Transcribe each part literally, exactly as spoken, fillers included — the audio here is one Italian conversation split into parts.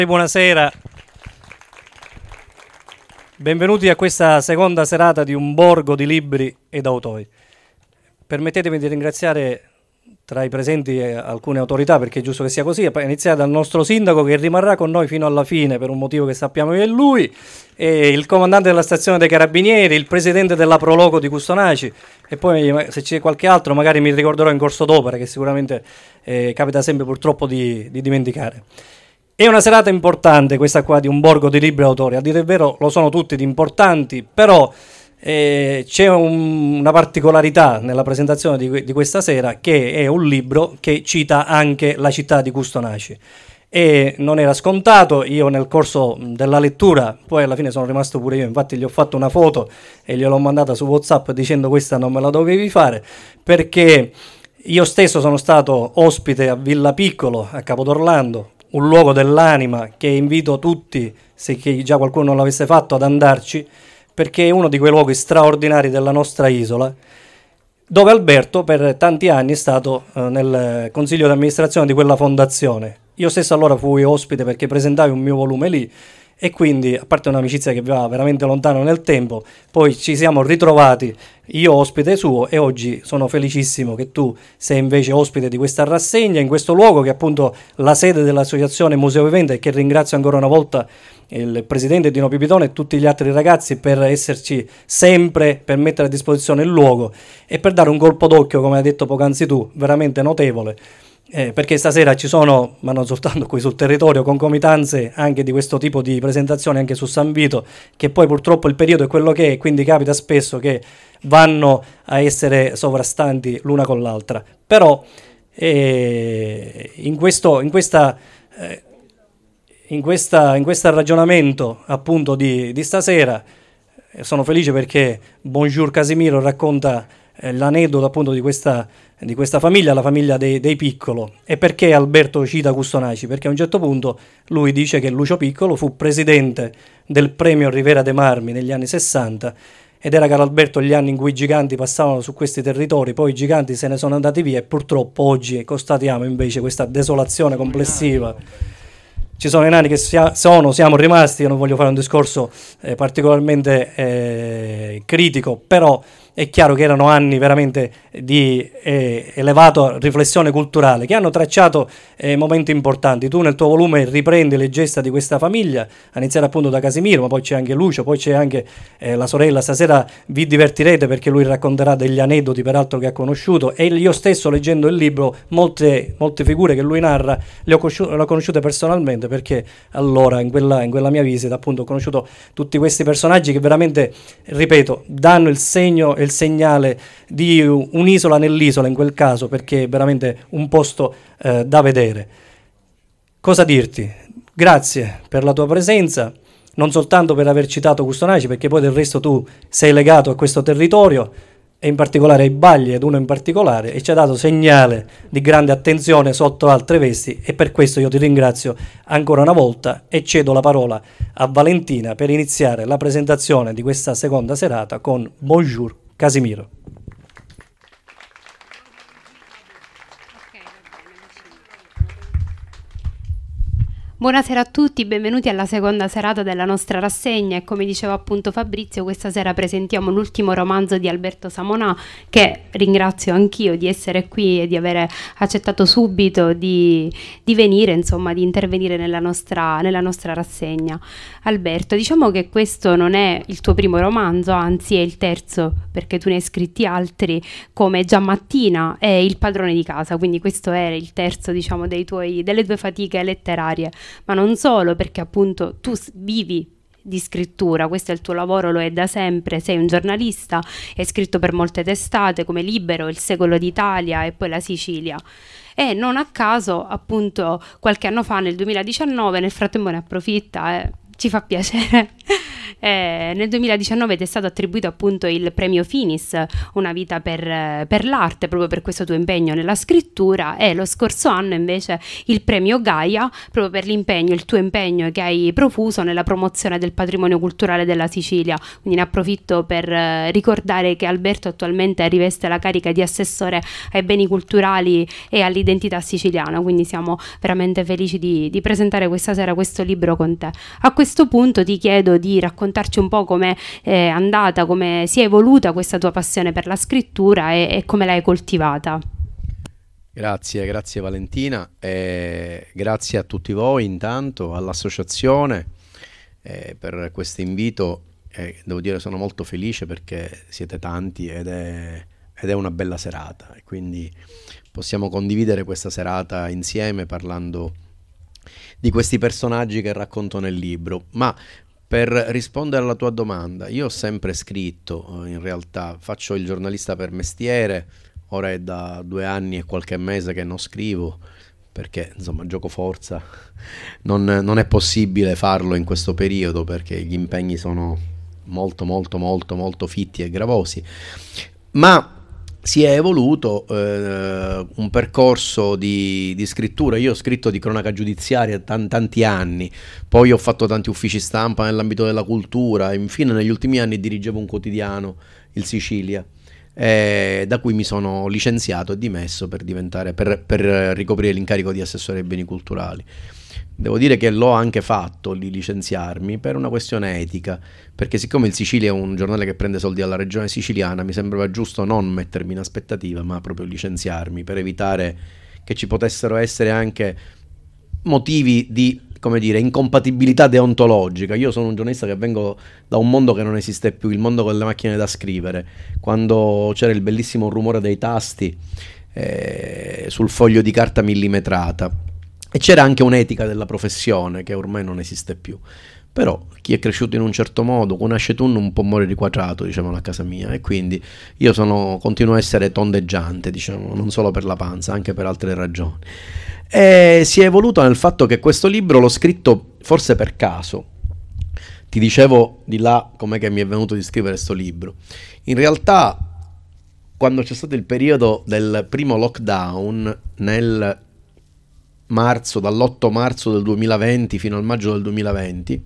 Buonasera, benvenuti a questa seconda serata di un borgo di libri ed autori. Permettetemi di ringraziare tra i presenti eh, alcune autorità, perché è giusto che sia così, a iniziare dal nostro sindaco che rimarrà con noi fino alla fine per un motivo che sappiamo che è lui, e il comandante della stazione dei Carabinieri, il presidente della Proloco di Custonaci, e poi se c'è qualche altro magari mi ricorderò in corso d'opera, che sicuramente eh, capita sempre purtroppo di, di dimenticare. È una serata importante questa qua di un borgo di libri e autori, a dire il vero lo sono tutti di importanti, però eh, c'è un, una particolarità nella presentazione di, di questa sera, che è un libro che cita anche la città di Custonaci. E non era scontato, io nel corso della lettura, poi alla fine sono rimasto pure io, infatti gli ho fatto una foto e gliel'ho mandata su WhatsApp dicendo questa non me la dovevi fare, perché io stesso sono stato ospite a Villa Piccolo, a Capodorlando, un luogo dell'anima che invito tutti, se che già qualcuno non l'avesse fatto, ad andarci, perché è uno di quei luoghi straordinari della nostra isola, dove Alberto per tanti anni è stato eh, nel consiglio di amministrazione di quella fondazione. Io stesso allora fui ospite perché presentai un mio volume lì, e quindi, a parte un'amicizia che va veramente lontano nel tempo, poi ci siamo ritrovati, io ospite suo, e oggi sono felicissimo che tu sei invece ospite di questa rassegna in questo luogo che è appunto la sede dell'associazione Museo Vivente, e che ringrazio ancora una volta il presidente Dino Pipitone e tutti gli altri ragazzi per esserci sempre, per mettere a disposizione il luogo e per dare un colpo d'occhio, come hai detto poc'anzi tu, veramente notevole. Eh, perché stasera ci sono, ma non soltanto qui sul territorio, concomitanze anche di questo tipo di presentazioni anche su San Vito, che poi purtroppo il periodo è quello che è, quindi capita spesso che vanno a essere sovrastanti l'una con l'altra. Però eh, in questo in questa eh, in questa in questo ragionamento appunto di, di stasera eh, sono felice perché Bonjour Casimiro racconta eh, l'aneddoto appunto di questa di questa famiglia, la famiglia dei, dei Piccolo. E perché Alberto cita Custonaci? Perché a un certo punto lui dice che Lucio Piccolo fu presidente del premio Rivera dei Marmi negli anni sessanta, ed era caro Alberto gli anni in cui i giganti passavano su questi territori, poi i giganti se ne sono andati via e purtroppo oggi constatiamo invece questa desolazione complessiva. Ci sono i nani che sia, sono, siamo rimasti, io non voglio fare un discorso eh, particolarmente eh, critico, però è chiaro che erano anni veramente di eh, elevata riflessione culturale, che hanno tracciato eh, momenti importanti. Tu nel tuo volume riprendi le gesta di questa famiglia, a iniziare appunto da Casimiro, ma poi c'è anche Lucio, poi c'è anche eh, la sorella. Stasera vi divertirete perché lui racconterà degli aneddoti peraltro che ha conosciuto, e io stesso leggendo il libro molte, molte figure che lui narra le ho, conosciute, le ho conosciute personalmente, perché allora in quella, in quella mia visita appunto ho conosciuto tutti questi personaggi che veramente, ripeto, danno il segno e il segnale di un'isola nell'isola in quel caso, perché è veramente un posto eh, da vedere. Cosa dirti? Grazie per la tua presenza, non soltanto per aver citato Custonaci, perché poi del resto tu sei legato a questo territorio e in particolare ai Bagli, ed uno in particolare, e ci ha dato segnale di grande attenzione sotto altre vesti, e per questo io ti ringrazio ancora una volta e cedo la parola a Valentina per iniziare la presentazione di questa seconda serata con Bonjour Casimiro. Buonasera a tutti, benvenuti alla seconda serata della nostra rassegna, e come diceva appunto Fabrizio, questa sera presentiamo l'ultimo romanzo di Alberto Samonà, che ringrazio anch'io di essere qui e di aver accettato subito di, di venire, insomma di intervenire nella nostra, nella nostra rassegna. Alberto, diciamo che questo non è il tuo primo romanzo, anzi è il terzo, perché tu ne hai scritti altri come Giammattina e Il padrone di casa, quindi questo era il terzo, diciamo, dei tuoi, delle tue fatiche letterarie. Ma non solo, perché appunto tu vivi di scrittura, questo è il tuo lavoro, lo è da sempre, sei un giornalista, hai scritto per molte testate come Libero, Il Secolo d'Italia e poi La Sicilia. E non a caso, appunto, qualche anno fa, nel duemiladiciannove, nel frattempo ne approfitta, eh, ci fa piacere Eh, nel duemiladiciannove ti è stato attribuito appunto il premio Finis, Una vita per, per l'arte, proprio per questo tuo impegno nella scrittura, e lo scorso anno invece il premio Gaia, proprio per l'impegno, il tuo impegno che hai profuso nella promozione del patrimonio culturale della Sicilia. Quindi ne approfitto per eh, ricordare che Alberto attualmente riveste la carica di assessore ai beni culturali e all'identità siciliana, quindi siamo veramente felici di, di presentare questa sera questo libro con te. A questo punto ti chiedo di raccontarci un po' come è andata, come si è evoluta questa tua passione per la scrittura e, e come l'hai coltivata. Grazie, grazie Valentina, e grazie a tutti voi intanto, all'associazione eh, per questo invito. Eh, devo dire sono molto felice perché siete tanti ed è, ed è una bella serata, e quindi possiamo condividere questa serata insieme parlando di questi personaggi che racconto nel libro. Ma per rispondere alla tua domanda, io ho sempre scritto, in realtà faccio il giornalista per mestiere, ora è da due anni e qualche mese che non scrivo, perché insomma gioco forza, non, non è possibile farlo in questo periodo perché gli impegni sono molto molto molto molto fitti e gravosi, ma si è evoluto eh, un percorso di, di scrittura. Io ho scritto di cronaca giudiziaria tan, tanti anni, poi ho fatto tanti uffici stampa nell'ambito della cultura, e infine negli ultimi anni dirigevo un quotidiano, il Sicilia, eh, da cui mi sono licenziato e dimesso per diventare per, per ricoprire l'incarico di assessore ai beni culturali. Devo dire che l'ho anche fatto di licenziarmi per una questione etica, perché siccome il Sicilia è un giornale che prende soldi alla regione siciliana, mi sembrava giusto non mettermi in aspettativa, ma proprio licenziarmi per evitare che ci potessero essere anche motivi di, come dire, incompatibilità deontologica. Io sono un giornalista che vengo da un mondo che non esiste più, il mondo con le macchine da scrivere, quando c'era il bellissimo rumore dei tasti eh, sul foglio di carta millimetrata. E c'era anche un'etica della professione che ormai non esiste più. Però chi è cresciuto in un certo modo, con nasce tu non può morire riquadrato, diciamo, a casa mia, e quindi io sono, continuo a essere tondeggiante, diciamo, non solo per la panza, anche per altre ragioni. E si è evoluto nel fatto che questo libro l'ho scritto forse per caso. Ti dicevo di là com'è che mi è venuto di scrivere questo libro. In realtà, quando c'è stato il periodo del primo lockdown nel marzo, dall'otto marzo del duemilaventi fino al maggio del duemilaventi,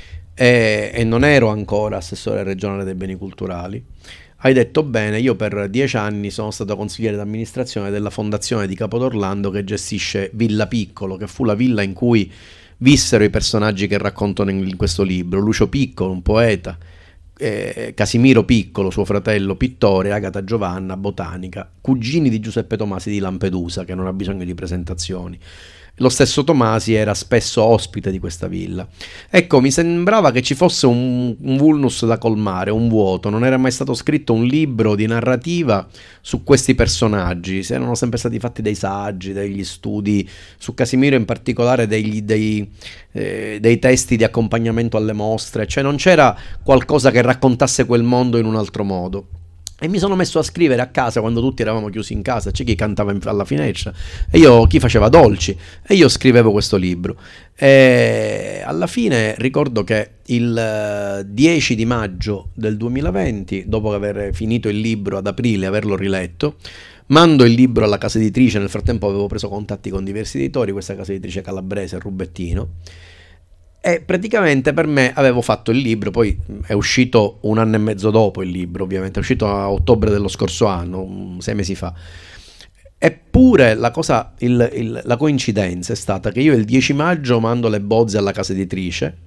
e, e non ero ancora assessore regionale dei beni culturali, hai detto bene, io per dieci anni sono stato consigliere d'amministrazione della fondazione di Capodorlando che gestisce Villa Piccolo, che fu la villa in cui vissero i personaggi che raccontano in questo libro: Lucio Piccolo, un poeta, eh, Casimiro Piccolo, suo fratello pittore, Agata Giovanna, botanica, cugini di Giuseppe Tomasi di Lampedusa, che non ha bisogno di presentazioni. Lo stesso Tomasi era spesso ospite di questa villa. Ecco, mi sembrava che ci fosse un, un vulnus da colmare, un vuoto. Non era mai stato scritto un libro di narrativa su questi personaggi. Si erano sempre stati fatti dei saggi, degli studi su Casimiro, in particolare degli, dei, eh, dei testi di accompagnamento alle mostre. Cioè non c'era qualcosa che raccontasse quel mondo in un altro modo. E mi sono messo a scrivere a casa quando tutti eravamo chiusi in casa, c'è chi cantava in, alla finestra e io, chi faceva dolci, e io scrivevo questo libro. E alla fine ricordo che il dieci di maggio del duemilaventi, dopo aver finito il libro ad aprile, averlo riletto, mando il libro alla casa editrice. Nel frattempo avevo preso contatti con diversi editori, questa casa editrice calabrese, Rubettino. E praticamente per me avevo fatto il libro, poi è uscito un anno e mezzo dopo il libro, ovviamente, è uscito a ottobre dello scorso anno, sei mesi fa. Eppure la cosa, il, il, la coincidenza è stata che io il dieci maggio mando le bozze alla casa editrice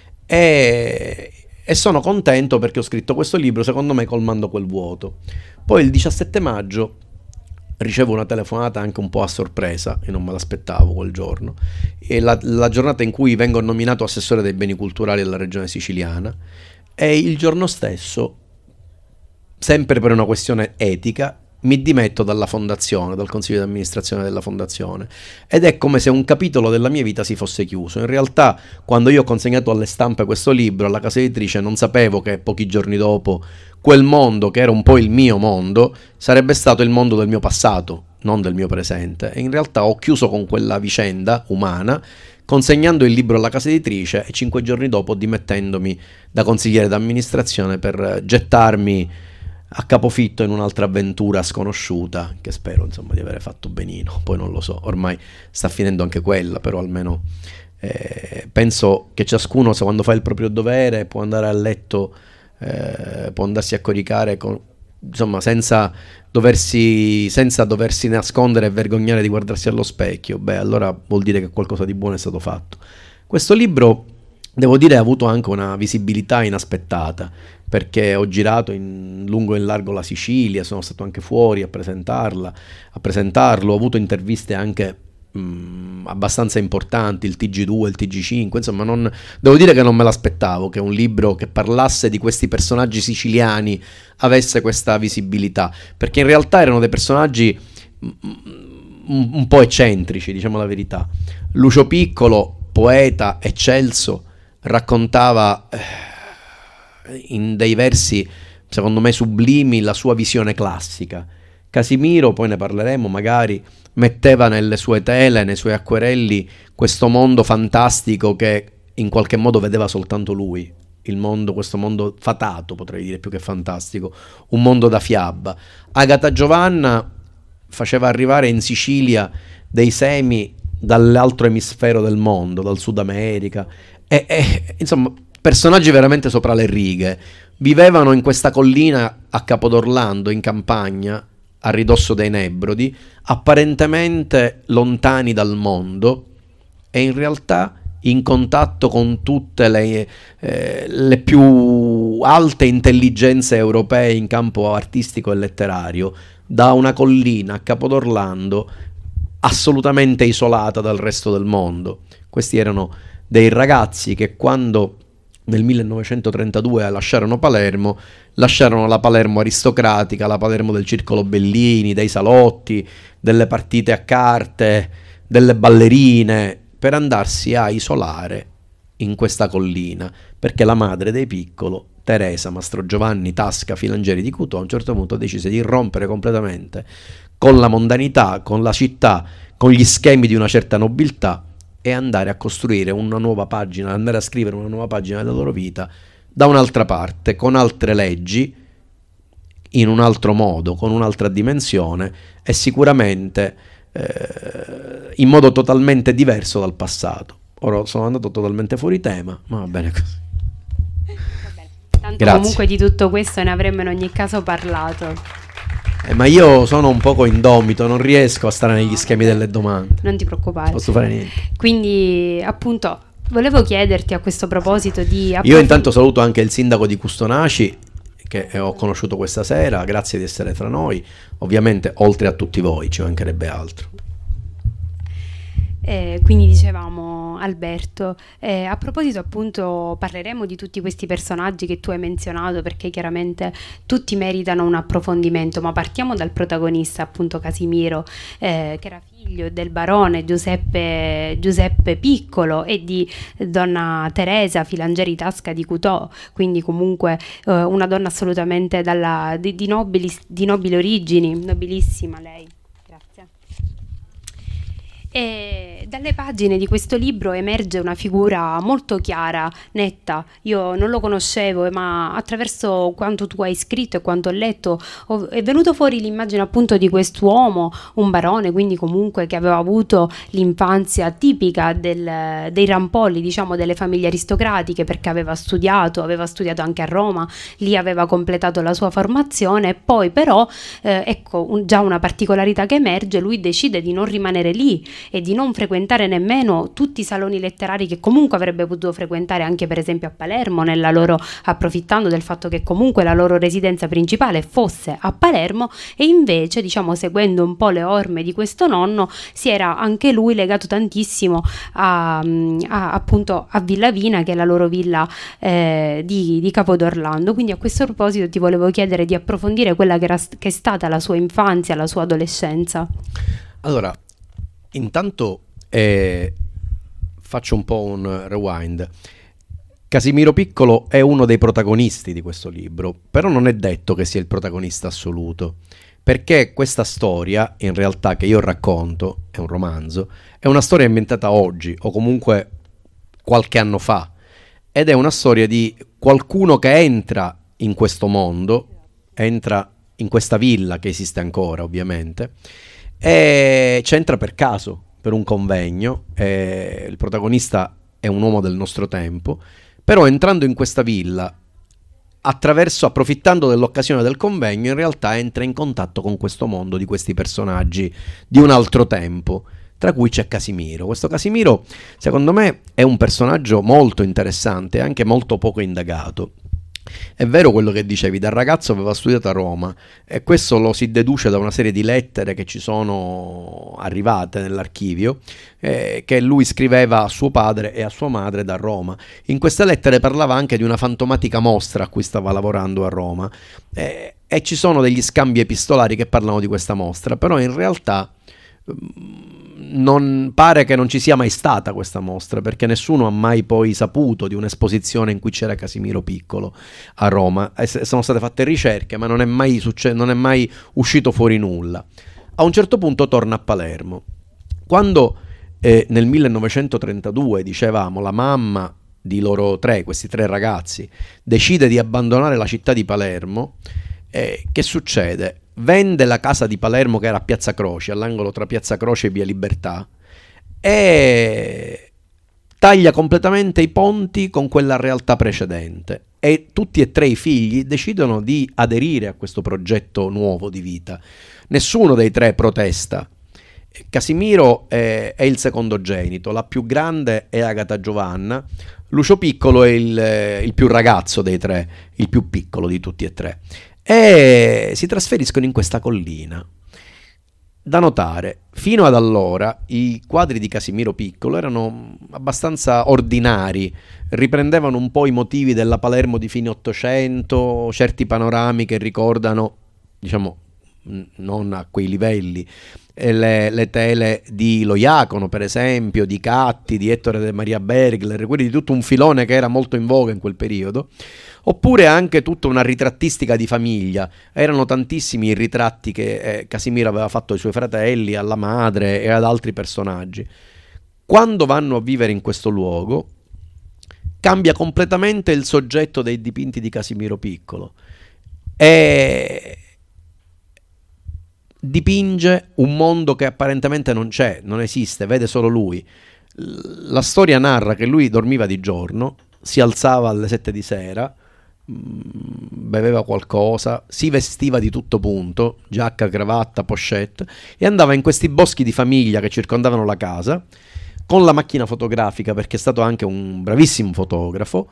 e, e sono contento perché ho scritto questo libro, secondo me colmando quel vuoto. Poi il diciassette maggio ricevo una telefonata anche un po' a sorpresa, e non me l'aspettavo quel giorno, è la, la giornata in cui vengo nominato assessore dei beni culturali della regione siciliana, e il giorno stesso, sempre per una questione etica, mi dimetto dalla fondazione, dal consiglio di amministrazione della fondazione, ed è come se un capitolo della mia vita si fosse chiuso. In realtà, quando io ho consegnato alle stampe questo libro alla casa editrice, non sapevo che pochi giorni dopo quel mondo, che era un po' il mio mondo, sarebbe stato il mondo del mio passato, non del mio presente. E in realtà ho chiuso con quella vicenda umana consegnando il libro alla casa editrice e cinque giorni dopo dimettendomi da consigliere d'amministrazione per gettarmi a capofitto in un'altra avventura sconosciuta, che spero insomma di avere fatto benino. Poi non lo so, ormai sta finendo anche quella, però almeno eh, penso che ciascuno, se quando fa il proprio dovere, può andare a letto, eh, può andarsi a coricare con, insomma, senza doversi, senza doversi nascondere e vergognare di guardarsi allo specchio. Beh, allora vuol dire che qualcosa di buono è stato fatto. Questo libro, devo dire, ha avuto anche una visibilità inaspettata, perché ho girato in lungo e in largo la Sicilia, sono stato anche fuori a presentarla, a presentarlo, ho avuto interviste anche mh, abbastanza importanti, il T G due, il T G cinque, insomma non, devo dire che non me l'aspettavo che un libro che parlasse di questi personaggi siciliani avesse questa visibilità, perché in realtà erano dei personaggi un, un po' eccentrici, diciamo la verità. Lucio Piccolo, poeta eccelso, raccontava eh, in dei versi secondo me sublimi la sua visione classica. Casimiro, poi ne parleremo magari, metteva nelle sue tele, nei suoi acquerelli, questo mondo fantastico che in qualche modo vedeva soltanto lui, il mondo, questo mondo fatato, potrei dire, più che fantastico, un mondo da fiaba. Agata Giovanna faceva arrivare in Sicilia dei semi dall'altro emisfero del mondo, dal Sud America, e, e insomma personaggi veramente sopra le righe. Vivevano in questa collina a Capodorlando, in campagna, a ridosso dei Nebrodi, apparentemente lontani dal mondo e in realtà in contatto con tutte le, eh, le più alte intelligenze europee in campo artistico e letterario, da una collina a Capodorlando assolutamente isolata dal resto del mondo. Questi erano dei ragazzi che quando nel millenovecentotrentadue lasciarono Palermo, lasciarono la Palermo aristocratica, la Palermo del circolo Bellini, dei salotti, delle partite a carte, delle ballerine, per andarsi a isolare in questa collina, perché la madre dei Piccolo, Teresa Mastrogiovanni Tasca Filangieri di Cutò, a un certo punto decise di rompere completamente con la mondanità, con la città, con gli schemi di una certa nobiltà, e andare a costruire una nuova pagina, andare a scrivere una nuova pagina della loro vita da un'altra parte, con altre leggi, in un altro modo, con un'altra dimensione e sicuramente eh, in modo totalmente diverso dal passato. Ora sono andato totalmente fuori tema, ma va bene così. Va bene. Tanto Grazie. Comunque di tutto questo ne avremmo in ogni caso parlato. Eh, ma io sono un poco indomito, non riesco a stare negli schemi delle domande. Non ti preoccupare. Posso fare niente. Quindi, appunto, volevo chiederti a questo proposito di... Io intanto saluto anche il sindaco di Custonaci, che ho conosciuto questa sera, grazie di essere tra noi. Ovviamente, oltre a tutti voi, ci mancherebbe altro. Eh, quindi dicevamo, Alberto, eh, a proposito appunto parleremo di tutti questi personaggi che tu hai menzionato, perché chiaramente tutti meritano un approfondimento, ma partiamo dal protagonista, appunto Casimiro, eh, che era figlio del barone Giuseppe, Giuseppe Piccolo e di donna Teresa Filangieri Tasca di Cutò, quindi comunque eh, una donna assolutamente dalla, di, di, nobili, di nobili origini, nobilissima lei. E dalle pagine di questo libro emerge una figura molto chiara, netta. Io non lo conoscevo, ma attraverso quanto tu hai scritto e quanto ho letto ho, è venuto fuori l'immagine appunto di quest'uomo, un barone, quindi comunque che aveva avuto l'infanzia tipica del, dei rampolli, diciamo, delle famiglie aristocratiche, perché aveva studiato, aveva studiato anche a Roma, lì aveva completato la sua formazione, e poi però eh, ecco un, già una particolarità che emerge: lui decide di non rimanere lì e di non frequentare nemmeno tutti i saloni letterari che comunque avrebbe potuto frequentare anche per esempio a Palermo, nella loro, approfittando del fatto che comunque la loro residenza principale fosse a Palermo, e invece, diciamo, seguendo un po' le orme di questo nonno, si era anche lui legato tantissimo a, a appunto a Villa Vina, che è la loro villa eh, di, di Capodorlando. Quindi a questo proposito ti volevo chiedere di approfondire quella che, era, che è stata la sua infanzia, la sua adolescenza. Allora, intanto eh, faccio un po' un rewind. Casimiro Piccolo è uno dei protagonisti di questo libro, però non è detto che sia il protagonista assoluto, perché questa storia, in realtà, che io racconto, è un romanzo, è una storia inventata oggi, o comunque qualche anno fa, ed è una storia di qualcuno che entra in questo mondo, entra in questa villa che esiste ancora, ovviamente, e c'entra per caso, per un convegno. E il protagonista è un uomo del nostro tempo, però entrando in questa villa, attraverso, approfittando dell'occasione del convegno, in realtà entra in contatto con questo mondo di questi personaggi di un altro tempo, tra cui c'è Casimiro. Questo Casimiro, secondo me, è un personaggio molto interessante e anche molto poco indagato. È vero quello che dicevi, da ragazzo aveva studiato a Roma, e questo lo si deduce da una serie di lettere che ci sono arrivate nell'archivio, eh, che lui scriveva a suo padre e a sua madre da Roma. In queste lettere parlava anche di una fantomatica mostra a cui stava lavorando a Roma, eh, e ci sono degli scambi epistolari che parlano di questa mostra, però in realtà non pare che non ci sia mai stata questa mostra, perché nessuno ha mai poi saputo di un'esposizione in cui c'era Casimiro Piccolo a Roma. E sono state fatte ricerche, ma non è mai succe- non è mai uscito fuori nulla. A un certo punto torna a Palermo. Quando eh, nel millenovecentotrentadue, dicevamo, la mamma di loro tre, questi tre ragazzi, decide di abbandonare la città di Palermo, eh, che succede? Vende la casa di Palermo, che era a Piazza Croce, all'angolo tra Piazza Croce e Via Libertà, e taglia completamente i ponti con quella realtà precedente, e tutti e tre i figli decidono di aderire a questo progetto nuovo di vita. Nessuno dei tre protesta. Casimiro è, è il secondogenito, la più grande è Agata Giovanna, Lucio Piccolo è il, il più ragazzo dei tre, il più piccolo di tutti e tre. E si trasferiscono in questa collina. Da notare, fino ad allora i quadri di Casimiro Piccolo erano abbastanza ordinari, riprendevano un po' i motivi della Palermo di fine Ottocento, certi panorami che ricordano, diciamo, non a quei livelli, le, le tele di Lo Iacono, per esempio, di Catti, di Ettore de Maria Bergler, quelli di tutto un filone che era molto in voga in quel periodo, oppure anche tutta una ritrattistica di famiglia. Erano tantissimi i ritratti che eh, Casimiro aveva fatto ai suoi fratelli, alla madre e ad altri personaggi. Quando vanno a vivere in questo luogo, cambia completamente il soggetto dei dipinti di Casimiro Piccolo e dipinge un mondo che apparentemente non c'è, non esiste, vede solo lui. La storia narra che lui dormiva di giorno, si alzava alle sette di sera, beveva qualcosa, si vestiva di tutto punto, giacca, cravatta, pochette, e andava in questi boschi di famiglia che circondavano la casa con la macchina fotografica, perché è stato anche un bravissimo fotografo,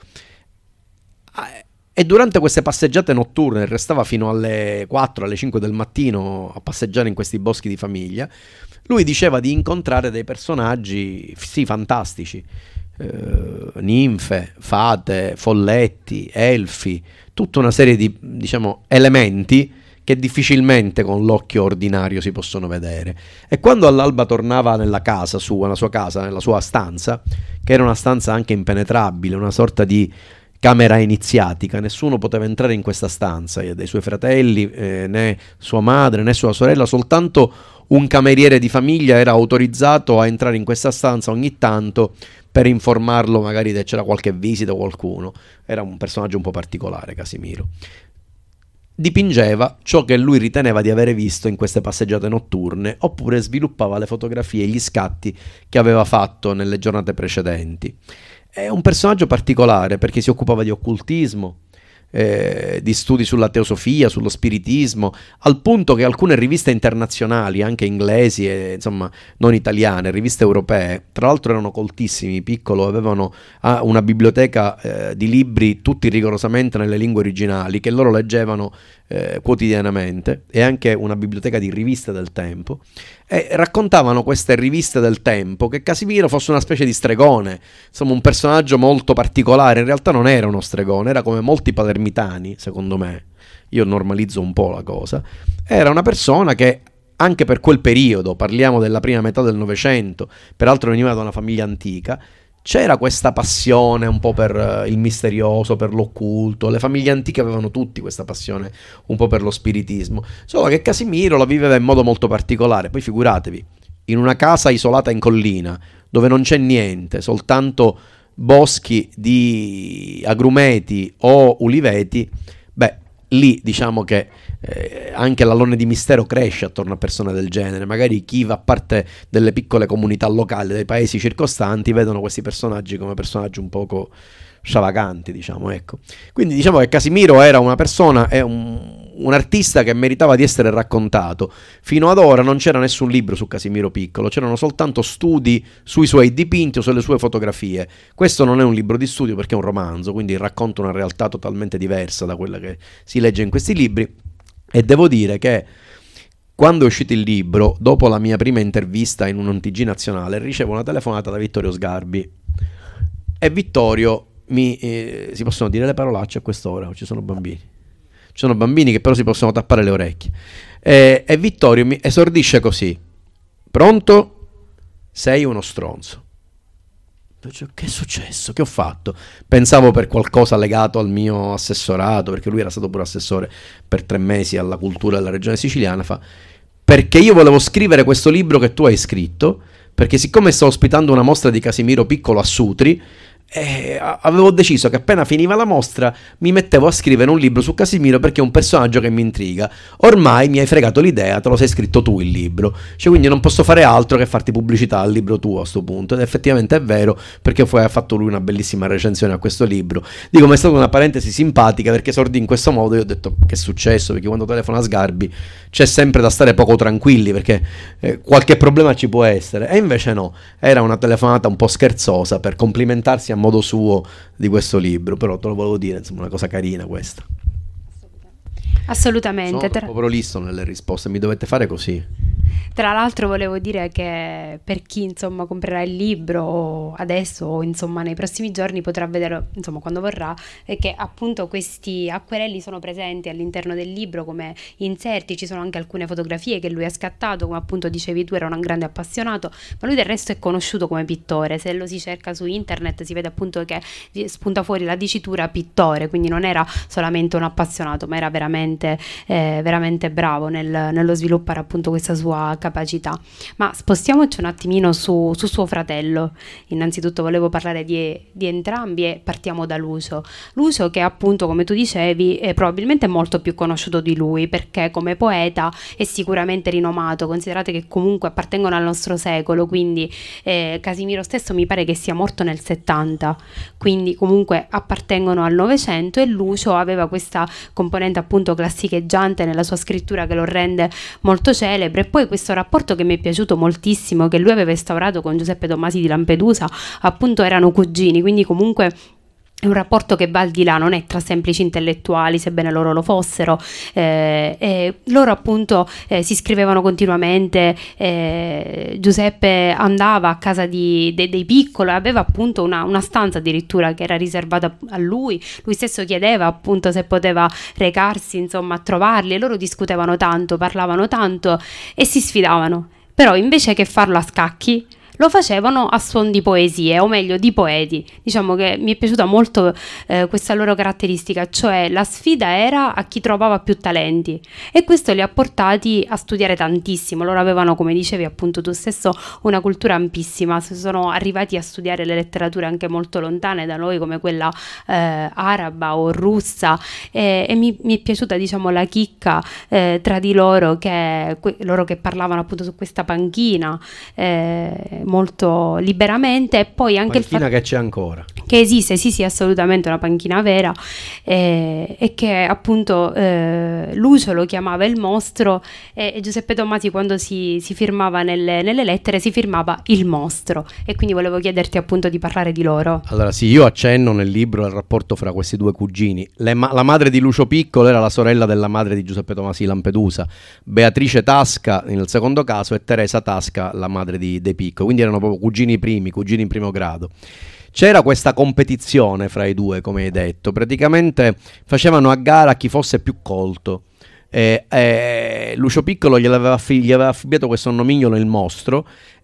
e durante queste passeggiate notturne, restava fino alle quattro, alle cinque del mattino a passeggiare in questi boschi di famiglia, lui diceva di incontrare dei personaggi, sì, fantastici, eh, ninfe, fate, folletti, elfi, tutta una serie di, diciamo, elementi che difficilmente con l'occhio ordinario si possono vedere. E quando all'alba tornava nella casa sua, nella sua casa, nella sua stanza, che era una stanza anche impenetrabile, una sorta di camera iniziatica, nessuno poteva entrare in questa stanza, dei suoi fratelli, eh, né sua madre né sua sorella, soltanto un cameriere di famiglia era autorizzato a entrare in questa stanza ogni tanto per informarlo magari che c'era qualche visita o qualcuno. Era un personaggio un po' particolare, Casimiro. Dipingeva ciò che lui riteneva di avere visto in queste passeggiate notturne, oppure sviluppava le fotografie e gli scatti che aveva fatto nelle giornate precedenti. È un personaggio particolare perché si occupava di occultismo, eh, di studi sulla teosofia, sullo spiritismo, al punto che alcune riviste internazionali, anche inglesi e insomma non italiane, riviste europee, tra l'altro erano coltissimi. Piccolo avevano ah, una biblioteca eh, di libri tutti rigorosamente nelle lingue originali che loro leggevano eh, quotidianamente, e anche una biblioteca di riviste del tempo, e raccontavano queste riviste del tempo che Casimiro fosse una specie di stregone, insomma un personaggio molto particolare. In realtà non era uno stregone, era come molti palermitani, secondo me, io normalizzo un po' la cosa, era una persona che anche per quel periodo, parliamo della prima metà del Novecento, peraltro veniva da una famiglia antica, c'era questa passione un po' per il misterioso, per l'occulto. Le famiglie antiche avevano tutti questa passione un po' per lo spiritismo, solo che Casimiro la viveva in modo molto particolare. Poi figuratevi, in una casa isolata in collina, dove non c'è niente, soltanto boschi di agrumeti o uliveti, beh, lì diciamo che eh, anche l'alone di mistero cresce attorno a persone del genere. Magari chi va a parte delle piccole comunità locali, dei paesi circostanti, vedono questi personaggi come personaggi un poco stravaganti, diciamo, ecco. Quindi diciamo che Casimiro era una persona, è un, un artista che meritava di essere raccontato. Fino ad ora non c'era nessun libro su Casimiro Piccolo, c'erano soltanto studi sui suoi dipinti o sulle sue fotografie. Questo non è un libro di studio perché è un romanzo, quindi racconta una realtà totalmente diversa da quella che si legge in questi libri. E devo dire che quando è uscito il libro, dopo la mia prima intervista in un N T G nazionale, ricevo una telefonata da Vittorio Sgarbi. E Vittorio mi eh, si possono dire le parolacce a quest'ora? Ci sono bambini. Ci sono bambini che però si possono tappare le orecchie. E, e Vittorio mi esordisce così: pronto? Sei uno stronzo. Che è successo? Che ho fatto? Pensavo per qualcosa legato al mio assessorato, perché lui era stato pure assessore per tre mesi alla cultura della regione siciliana. Fa, perché io volevo scrivere questo libro che tu hai scritto, perché siccome sto ospitando una mostra di Casimiro Piccolo a Sutri, eh, avevo deciso che appena finiva la mostra mi mettevo a scrivere un libro su Casimiro, perché è un personaggio che mi intriga. Ormai mi hai fregato l'idea, te lo sei scritto tu il libro, cioè, quindi non posso fare altro che farti pubblicità al libro tuo a sto punto. Ed effettivamente è vero, perché poi ha fatto lui una bellissima recensione a questo libro. Dico, ma è stata una parentesi simpatica, perché esordì in questo modo. Io ho detto: che è successo? Perché quando telefona Sgarbi c'è sempre da stare poco tranquilli, perché eh, qualche problema ci può essere. E invece no, era una telefonata un po' scherzosa per complimentarsi a modo suo di questo libro. Però te lo volevo dire, insomma, una cosa carina questa. Assolutamente. Sono troppo prolisso nelle risposte, mi dovete fare così. Tra l'altro volevo dire che per chi insomma comprerà il libro adesso o insomma nei prossimi giorni potrà vedere insomma quando vorrà, e che appunto questi acquerelli sono presenti all'interno del libro come inserti. Ci sono anche alcune fotografie che lui ha scattato, come appunto dicevi tu, era un grande appassionato, ma lui del resto è conosciuto come pittore. Se lo si cerca su internet si vede appunto che spunta fuori la dicitura pittore, quindi non era solamente un appassionato, ma era veramente eh, veramente bravo nel, nello sviluppare appunto questa sua capacità. Ma spostiamoci un attimino su, su suo fratello. Innanzitutto volevo parlare di, di entrambi e partiamo da Lucio. Lucio, che appunto, come tu dicevi, è probabilmente molto più conosciuto di lui, perché come poeta è sicuramente rinomato. Considerate che comunque appartengono al nostro secolo, quindi eh, Casimiro stesso mi pare che sia morto nel settanta, quindi comunque appartengono al Novecento, e Lucio aveva questa componente appunto classicheggiante nella sua scrittura che lo rende molto celebre. E poi questo rapporto che mi è piaciuto moltissimo, che lui aveva instaurato con Giuseppe Tomasi di Lampedusa, appunto erano cugini, quindi comunque è un rapporto che va al di là, non è tra semplici intellettuali, sebbene loro lo fossero. Eh, eh, loro appunto eh, si scrivevano continuamente. eh, Giuseppe andava a casa di, de, dei Piccolo, aveva appunto una, una stanza addirittura che era riservata a lui. Lui stesso chiedeva appunto se poteva recarsi insomma a trovarli, e loro discutevano tanto, parlavano tanto e si sfidavano. Però invece che farlo a scacchi lo facevano a suon di poesie, o meglio di poeti. Diciamo che mi è piaciuta molto eh, questa loro caratteristica, cioè la sfida era a chi trovava più talenti, e questo li ha portati a studiare tantissimo. Loro avevano, come dicevi appunto tu stesso, una cultura ampissima, sono arrivati a studiare le letterature anche molto lontane da noi, come quella eh, araba o russa, e, e mi, mi è piaciuta diciamo la chicca eh, tra di loro, che que, loro che parlavano appunto su questa panchina eh, molto liberamente. E poi anche panchina il fatto che c'è ancora, che esiste, sì sì, assolutamente una panchina vera, eh, e che appunto eh, Lucio lo chiamava il mostro, e, e Giuseppe Tomasi quando si, si firmava nelle, nelle lettere si firmava il mostro. E quindi volevo chiederti appunto di parlare di loro. Allora sì, io accenno nel libro al rapporto fra questi due cugini. Le ma- la madre di Lucio Piccolo era la sorella della madre di Giuseppe Tomasi di Lampedusa, Beatrice Tasca nel secondo caso, e Teresa Tasca la madre di De Picco, quindi erano proprio cugini primi, cugini in primo grado. C'era questa competizione fra i due, come hai detto, praticamente facevano a gara chi fosse più colto. E, e Lucio Piccolo gli aveva, gli aveva affibbiato questo nomignolo il mostro,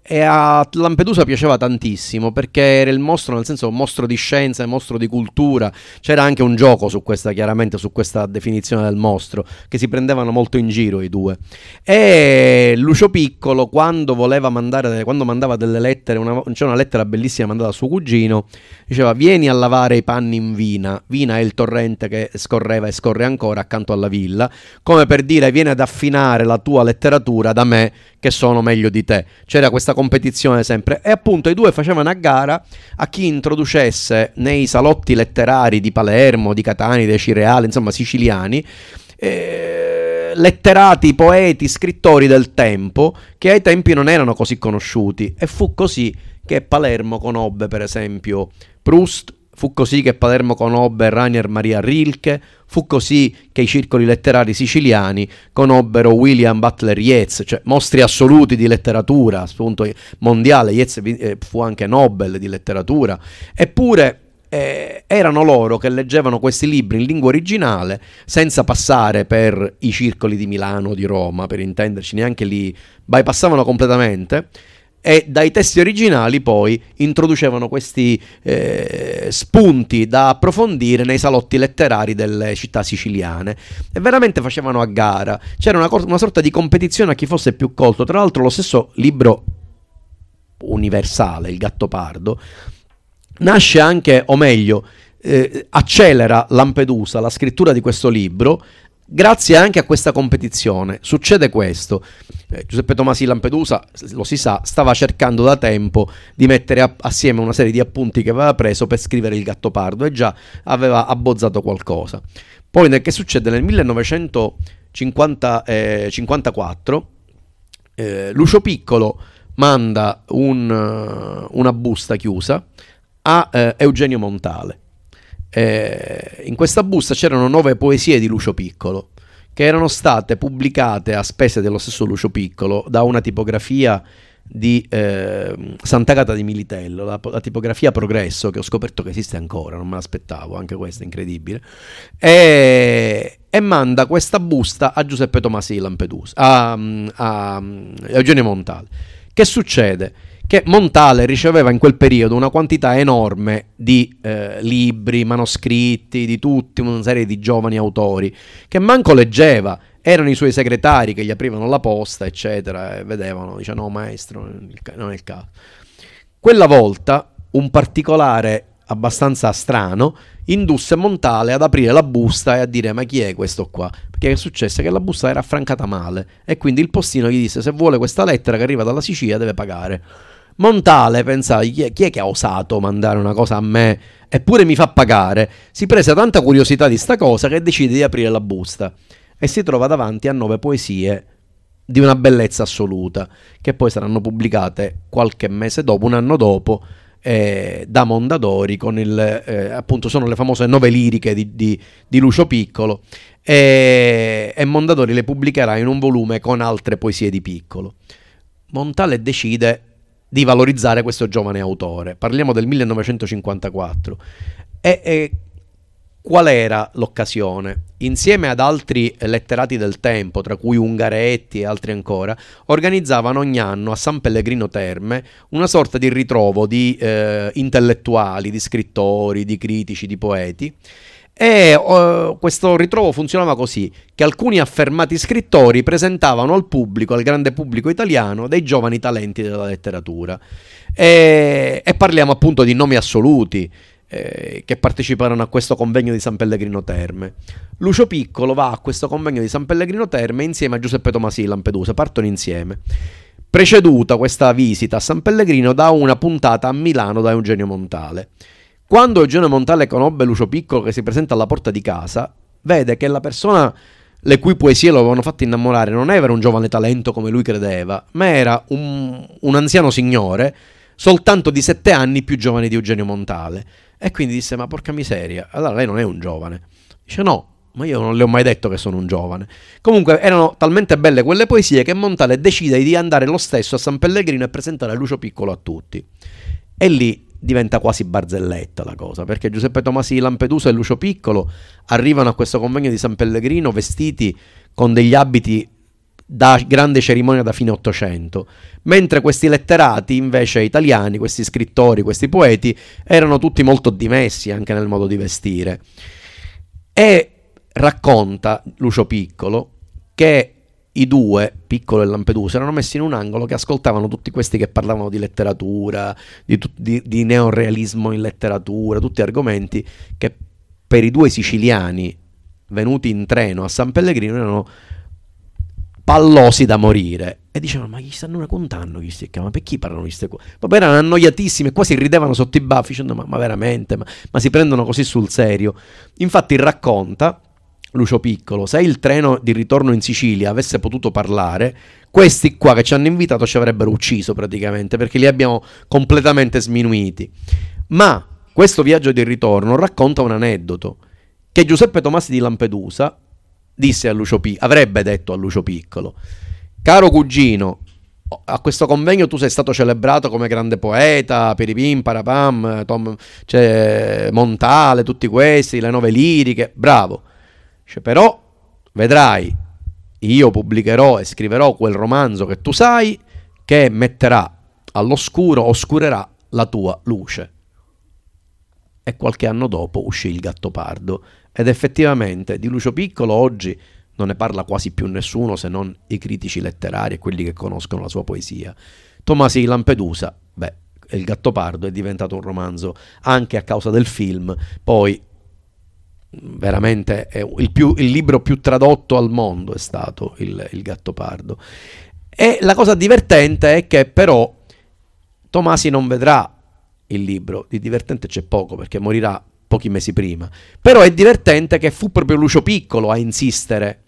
e a Lampedusa piaceva tantissimo perché era il mostro, nel senso un mostro di scienza, un mostro di cultura. C'era anche un gioco su questa, chiaramente su questa definizione del mostro, che si prendevano molto in giro i due. E Lucio Piccolo, quando voleva mandare, quando mandava delle lettere, una, c'è una lettera bellissima mandata a suo cugino, diceva: vieni a lavare i panni in Vina. Vina è il torrente che scorreva e scorre ancora accanto alla villa, come per dire: vieni ad affinare la tua letteratura da me che sono meglio di te. C'era questa competizione sempre, e appunto i due facevano a gara a chi introducesse nei salotti letterari di Palermo, di Catania, dei Cireali, insomma siciliani, eh, letterati, poeti, scrittori del tempo che ai tempi non erano così conosciuti. E fu così che Palermo conobbe per esempio Proust, fu così che Palermo conobbe Rainer Maria Rilke, fu così che i circoli letterari siciliani conobbero William Butler Yeats, cioè mostri assoluti di letteratura, appunto mondiale. Yeats fu anche Nobel di letteratura, eppure eh, erano loro che leggevano questi libri in lingua originale senza passare per i circoli di Milano o di Roma, per intenderci, neanche lì, bypassavano completamente. E dai testi originali poi introducevano questi eh, spunti da approfondire nei salotti letterari delle città siciliane, e veramente facevano a gara. C'era una, una sorta di competizione a chi fosse più colto. Tra l'altro lo stesso libro universale, Il Gattopardo, nasce anche, o meglio eh, accelera Lampedusa, la scrittura di questo libro, grazie anche a questa competizione. Succede questo: eh, Giuseppe Tomasi Lampedusa, lo si sa, stava cercando da tempo di mettere a- assieme una serie di appunti che aveva preso per scrivere Il Gattopardo, e già aveva abbozzato qualcosa. Poi nel, che succede? Nel millenovecentocinquantaquattro eh, Lucio Piccolo manda un, una busta chiusa a eh, Eugenio Montale. Eh, in questa busta c'erano nove poesie di Lucio Piccolo che erano state pubblicate a spese dello stesso Lucio Piccolo da una tipografia di eh, Sant'Agata di Militello, la, la tipografia Progresso, che ho scoperto che esiste ancora, non me l'aspettavo, anche questo è incredibile, e, e manda questa busta a Giuseppe Tomasi Lampedusa, a, a, a Eugenio Montale. Che succede? Che Montale riceveva in quel periodo una quantità enorme di eh, libri, manoscritti, di tutti, una serie di giovani autori che manco leggeva. Erano i suoi segretari che gli aprivano la posta, eccetera, e vedevano, dice: no maestro, non è il caso. Quella volta un particolare abbastanza strano indusse Montale ad aprire la busta e a dire: ma chi è questo qua? Perché è successo che la busta era affrancata male, e quindi il postino gli disse: se vuole questa lettera che arriva dalla Sicilia deve pagare. Montale pensava: chi è, chi è che ha osato mandare una cosa a me eppure mi fa pagare? Si prese tanta curiosità di sta cosa che decide di aprire la busta e si trova davanti a nove poesie di una bellezza assoluta, che poi saranno pubblicate qualche mese dopo, un anno dopo, eh, da Mondadori, con il, eh, appunto sono le famose nove liriche di, di, di Lucio Piccolo, e, e Mondadori le pubblicherà in un volume con altre poesie di Piccolo. Montale decide di valorizzare questo giovane autore. Parliamo del millenovecentocinquantaquattro. E, e qual era l'occasione? Insieme ad altri letterati del tempo, tra cui Ungaretti e altri ancora, organizzavano ogni anno a San Pellegrino Terme una sorta di ritrovo di eh, intellettuali, di scrittori, di critici, di poeti. E uh, questo ritrovo funzionava così: che alcuni affermati scrittori presentavano al pubblico, al grande pubblico italiano, dei giovani talenti della letteratura, e, e parliamo appunto di nomi assoluti eh, che parteciparono a questo convegno di San Pellegrino Terme. Lucio Piccolo va a questo convegno di San Pellegrino Terme insieme a Giuseppe Tomasi Lampedusa, partono insieme, preceduta questa visita a San Pellegrino da una puntata a Milano da Eugenio Montale. Quando Eugenio Montale conobbe Lucio Piccolo che si presenta alla porta di casa, vede che la persona le cui poesie lo avevano fatto innamorare non era un giovane talento come lui credeva, ma era un, un anziano signore soltanto di sette anni più giovane di Eugenio Montale. E quindi disse: ma porca miseria, allora lei non è un giovane. Dice: no, ma io non le ho mai detto che sono un giovane. Comunque erano talmente belle quelle poesie che Montale decide di andare lo stesso a San Pellegrino e presentare Lucio Piccolo a tutti. E lì diventa quasi barzelletta la cosa, perché Giuseppe Tomasi Lampedusa e Lucio Piccolo arrivano a questo convegno di San Pellegrino vestiti con degli abiti da grande cerimonia da fine Ottocento, mentre questi letterati invece italiani, questi scrittori, questi poeti, erano tutti molto dimessi anche nel modo di vestire. E racconta Lucio Piccolo che i due, Piccolo e Lampedusa, erano messi in un angolo che ascoltavano tutti questi che parlavano di letteratura, di, di, di neorealismo in letteratura, tutti argomenti che per i due siciliani venuti in treno a San Pellegrino erano pallosi da morire, e dicevano: ma gli stanno raccontando chi si chiama, per chi parlano di queste cose? Poi erano annoiatissimi e quasi ridevano sotto i baffi dicendo: ma, ma veramente, ma, ma si prendono così sul serio? Infatti racconta Lucio Piccolo: se il treno di ritorno in Sicilia avesse potuto parlare, questi qua che ci hanno invitato ci avrebbero ucciso praticamente, perché li abbiamo completamente sminuiti. Ma questo viaggio di ritorno racconta un aneddoto che Giuseppe Tomasi di Lampedusa disse a Lucio Piccolo, avrebbe detto a Lucio Piccolo: caro cugino, a questo convegno tu sei stato celebrato come grande poeta, Piripim, Parapam, Tom, cioè, Montale, tutti questi, le nove liriche, bravo. Cioè, però vedrai, io pubblicherò e scriverò quel romanzo che tu sai, che metterà all'oscuro, oscurerà la tua luce. E qualche anno dopo uscì Il Gattopardo, ed effettivamente di Lucio Piccolo oggi non ne parla quasi più nessuno, se non i critici letterari e quelli che conoscono la sua poesia. Tomasi di Lampedusa, beh, Il Gattopardo è diventato un romanzo anche a causa del film, poi veramente è il, più, il libro più tradotto al mondo è stato il, il Gattopardo. E la cosa divertente è che però Tomasi non vedrà il libro, di divertente c'è poco perché morirà pochi mesi prima, però è divertente che fu proprio Lucio Piccolo a insistere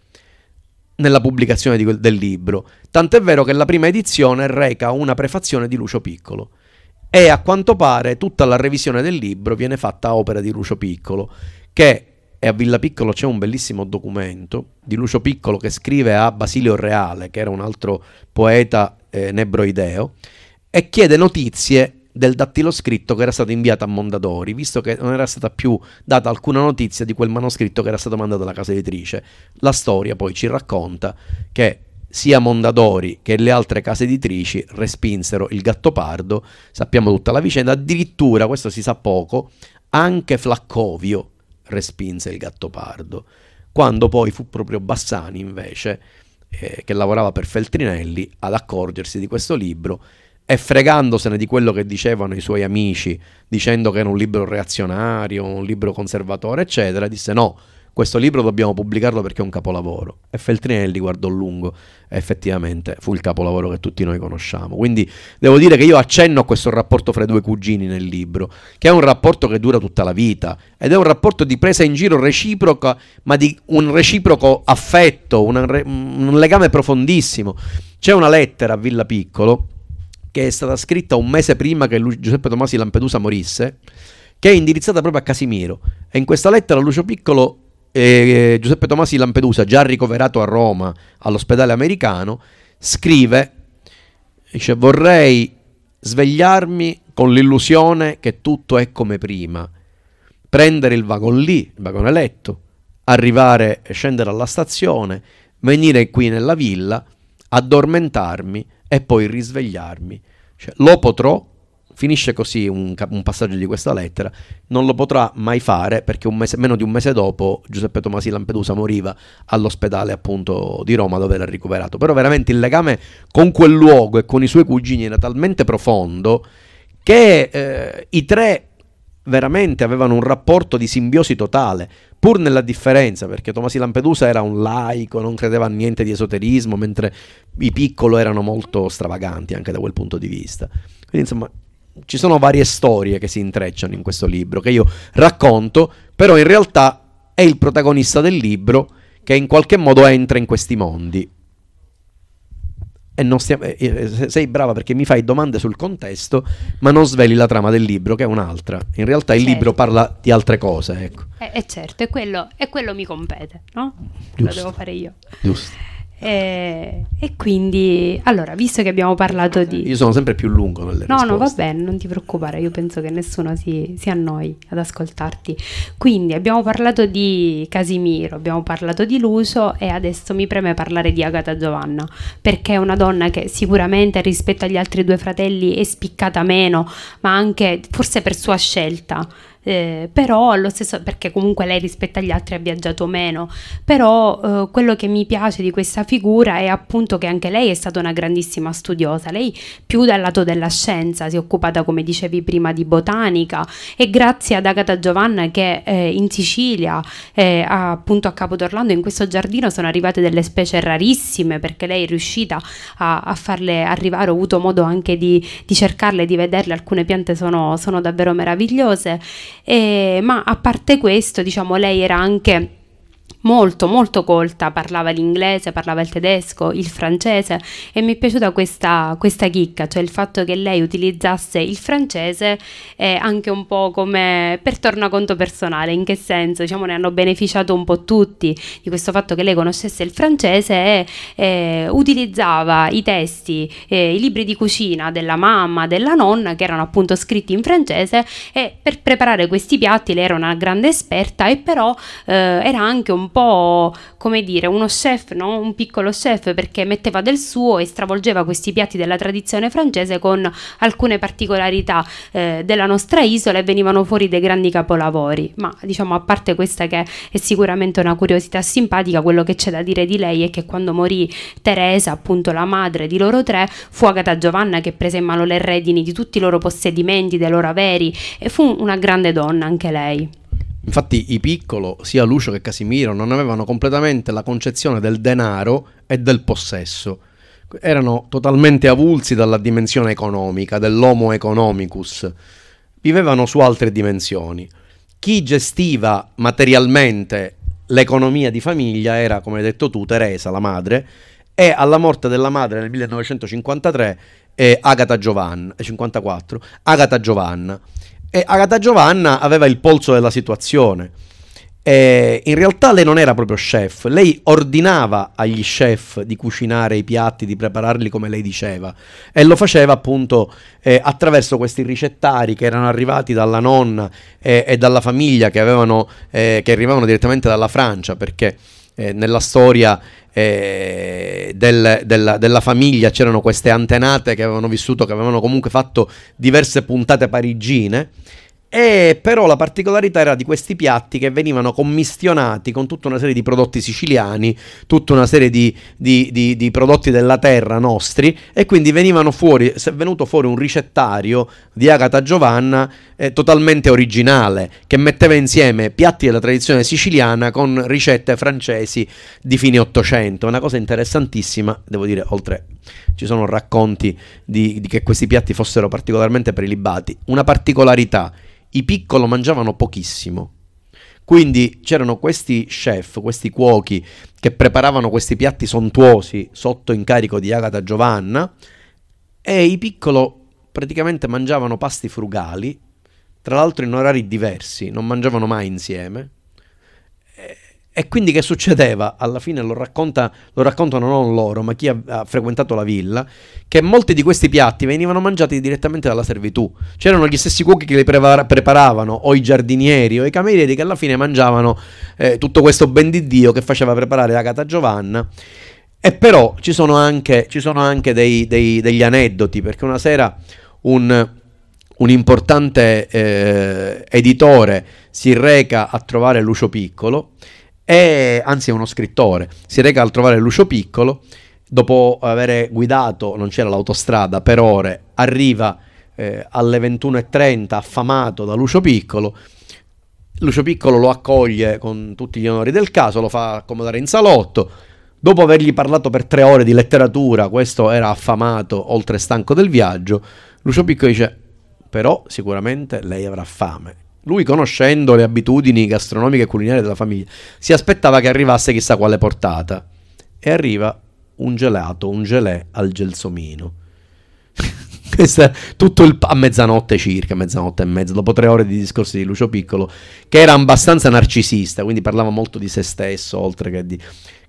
nella pubblicazione di quel, del libro, tant'è vero che la prima edizione reca una prefazione di Lucio Piccolo, e a quanto pare tutta la revisione del libro viene fatta a opera di Lucio Piccolo, che, e a Villa Piccolo c'è un bellissimo documento di Lucio Piccolo che scrive a Basilio Reale, che era un altro poeta eh, nebroideo, e chiede notizie del dattiloscritto che era stato inviato a Mondadori, visto che non era stata più data alcuna notizia di quel manoscritto che era stato mandato alla casa editrice. La storia poi ci racconta che sia Mondadori che le altre case editrici respinsero Il Gattopardo, sappiamo tutta la vicenda, addirittura, questo si sa poco, anche Flaccovio respinse Il Gattopardo, quando poi fu proprio Bassani invece, eh, che lavorava per Feltrinelli, ad accorgersi di questo libro, e fregandosene di quello che dicevano i suoi amici, dicendo che era un libro reazionario, un libro conservatore, eccetera, disse: no, questo libro dobbiamo pubblicarlo perché è un capolavoro. E Feltrinelli guardò lungo e effettivamente fu il capolavoro che tutti noi conosciamo. Quindi devo dire che io accenno a questo rapporto fra i due cugini nel libro, che è un rapporto che dura tutta la vita, ed è un rapporto di presa in giro reciproca, ma di un reciproco affetto, una, un legame profondissimo. C'è una lettera a Villa Piccolo che è stata scritta un mese prima che Giuseppe Tomasi Lampedusa morisse, che è indirizzata proprio a Casimiro, e in questa lettera Lucio Piccolo e Giuseppe Tomasi Lampedusa, già ricoverato a Roma all'ospedale americano, scrive, dice: vorrei svegliarmi con l'illusione che tutto è come prima, prendere il wagon lì, il vagone letto, arrivare e scendere alla stazione, venire qui nella villa, addormentarmi e poi risvegliarmi. Cioè, lo potrò, finisce così un, un passaggio di questa lettera, non lo potrà mai fare perché un mese, meno di un mese dopo Giuseppe Tomasi Lampedusa moriva all'ospedale appunto di Roma, dove era ricoverato. Però veramente il legame con quel luogo e con i suoi cugini era talmente profondo che eh, i tre veramente avevano un rapporto di simbiosi totale, pur nella differenza, perché Tomasi Lampedusa era un laico, non credeva a niente di esoterismo, mentre i Piccolo erano molto stravaganti anche da quel punto di vista. Quindi insomma ci sono varie storie che si intrecciano in questo libro che io racconto, però in realtà è il protagonista del libro che in qualche modo entra in questi mondi. E non stiamo, eh, sei brava perché mi fai domande sul contesto, ma non sveli la trama del libro, che è un'altra. In realtà il certo. libro parla di altre cose, ecco. Eh, eh certo, e quello, e quello mi compete, no? Giusto. Lo devo fare io. Giusto. E, e quindi, allora, visto che abbiamo parlato di... Io sono sempre più lungo nelle No, risposte. no, va bene, non ti preoccupare, io penso che nessuno si, si annoi ad ascoltarti. Quindi abbiamo parlato di Casimiro, abbiamo parlato di Lucio e adesso mi preme parlare di Agata Giovanna, perché è una donna che sicuramente rispetto agli altri due fratelli è spiccata meno, ma anche forse per sua scelta. Eh, però allo stesso, perché comunque lei rispetto agli altri ha viaggiato meno, però eh, quello che mi piace di questa figura è appunto che anche lei è stata una grandissima studiosa. Lei più dal lato della scienza si è occupata, come dicevi prima, di botanica, e grazie ad Agata Giovanna che eh, in Sicilia eh, appunto a Capo d'Orlando in questo giardino sono arrivate delle specie rarissime, perché lei è riuscita a, a farle arrivare. Ho avuto modo anche di, di cercarle, di vederle, alcune piante sono, sono davvero meravigliose. Eh, ma a parte questo, diciamo, lei era anche molto molto colta, parlava l'inglese, parlava il tedesco, il francese, e mi è piaciuta questa, questa chicca, cioè il fatto che lei utilizzasse il francese eh, anche un po' come per tornaconto personale. In che senso? Diciamo, ne hanno beneficiato un po' tutti di questo fatto che lei conoscesse il francese e eh, utilizzava i testi, eh, i libri di cucina della mamma, della nonna, che erano appunto scritti in francese, e per preparare questi piatti lei era una grande esperta, e però eh, era anche un po', come dire, uno chef, no? Un piccolo chef, perché metteva del suo e stravolgeva questi piatti della tradizione francese con alcune particolarità eh, della nostra isola, e venivano fuori dei grandi capolavori. Ma diciamo, a parte questa che è sicuramente una curiosità simpatica, quello che c'è da dire di lei è che quando morì Teresa, appunto la madre di loro tre, fu Agata Giovanna che prese in mano le redini di tutti i loro possedimenti, dei loro averi, e fu una grande donna anche lei. Infatti i Piccolo, sia Lucio che Casimiro, non avevano completamente la concezione del denaro e del possesso. Erano totalmente avulsi dalla dimensione economica, dell'homo economicus. Vivevano su altre dimensioni. Chi gestiva materialmente l'economia di famiglia era, come hai detto tu, Teresa, la madre, e alla morte della madre nel millenovecentocinquantatré eh, Agata Giovanna, cinquantaquattro, Agata Giovanna. E Agata Giovanna aveva il polso della situazione. E in realtà lei non era proprio chef, lei ordinava agli chef di cucinare i piatti, di prepararli come lei diceva, e lo faceva appunto eh, attraverso questi ricettari che erano arrivati dalla nonna eh, e dalla famiglia, che avevano eh, che arrivavano direttamente dalla Francia, perché eh, nella storia eh, del, della, della famiglia c'erano queste antenate che avevano vissuto, che avevano comunque fatto diverse puntate parigine. E però la particolarità era di questi piatti che venivano commissionati con tutta una serie di prodotti siciliani, tutta una serie di, di, di, di prodotti della terra nostri, e quindi venivano fuori, è venuto fuori un ricettario di Agata Giovanna eh, totalmente originale, che metteva insieme piatti della tradizione siciliana con ricette francesi di fine Ottocento. Una cosa interessantissima, devo dire, oltre ci sono racconti di, di che questi piatti fossero particolarmente prelibati. Una particolarità: i Piccolo mangiavano pochissimo, quindi c'erano questi chef, questi cuochi che preparavano questi piatti sontuosi sotto incarico di Agata Giovanna, e i Piccolo praticamente mangiavano pasti frugali, tra l'altro in orari diversi, non mangiavano mai insieme. E quindi che succedeva? Alla fine lo, racconta, lo raccontano non loro, ma chi ha, ha frequentato la villa, che molti di questi piatti venivano mangiati direttamente dalla servitù. C'erano gli stessi cuochi che li prepara- preparavano, o i giardinieri o i camerieri, che alla fine mangiavano eh, tutto questo ben di Dio che faceva preparare Agata Giovanna. E però ci sono anche, ci sono anche dei, dei, degli aneddoti, perché una sera un... un importante eh, editore si reca a trovare Lucio Piccolo, e anzi è uno scrittore, si reca a trovare Lucio Piccolo dopo aver guidato, non c'era l'autostrada, per ore. Arriva eh, alle ventuno e trenta affamato da Lucio Piccolo. Lucio Piccolo lo accoglie con tutti gli onori del caso, lo fa accomodare in salotto. Dopo avergli parlato per tre ore di letteratura, questo era affamato oltre stanco del viaggio. Lucio Piccolo dice: però sicuramente lei avrà fame. Lui, conoscendo le abitudini gastronomiche e culinarie della famiglia, si aspettava che arrivasse chissà quale portata. E arriva un gelato, un gelé al gelsomino. Questo è tutto il, a mezzanotte circa, mezzanotte e mezza, dopo tre ore di discorsi di Lucio Piccolo, che era abbastanza narcisista, quindi parlava molto di se stesso, oltre che di...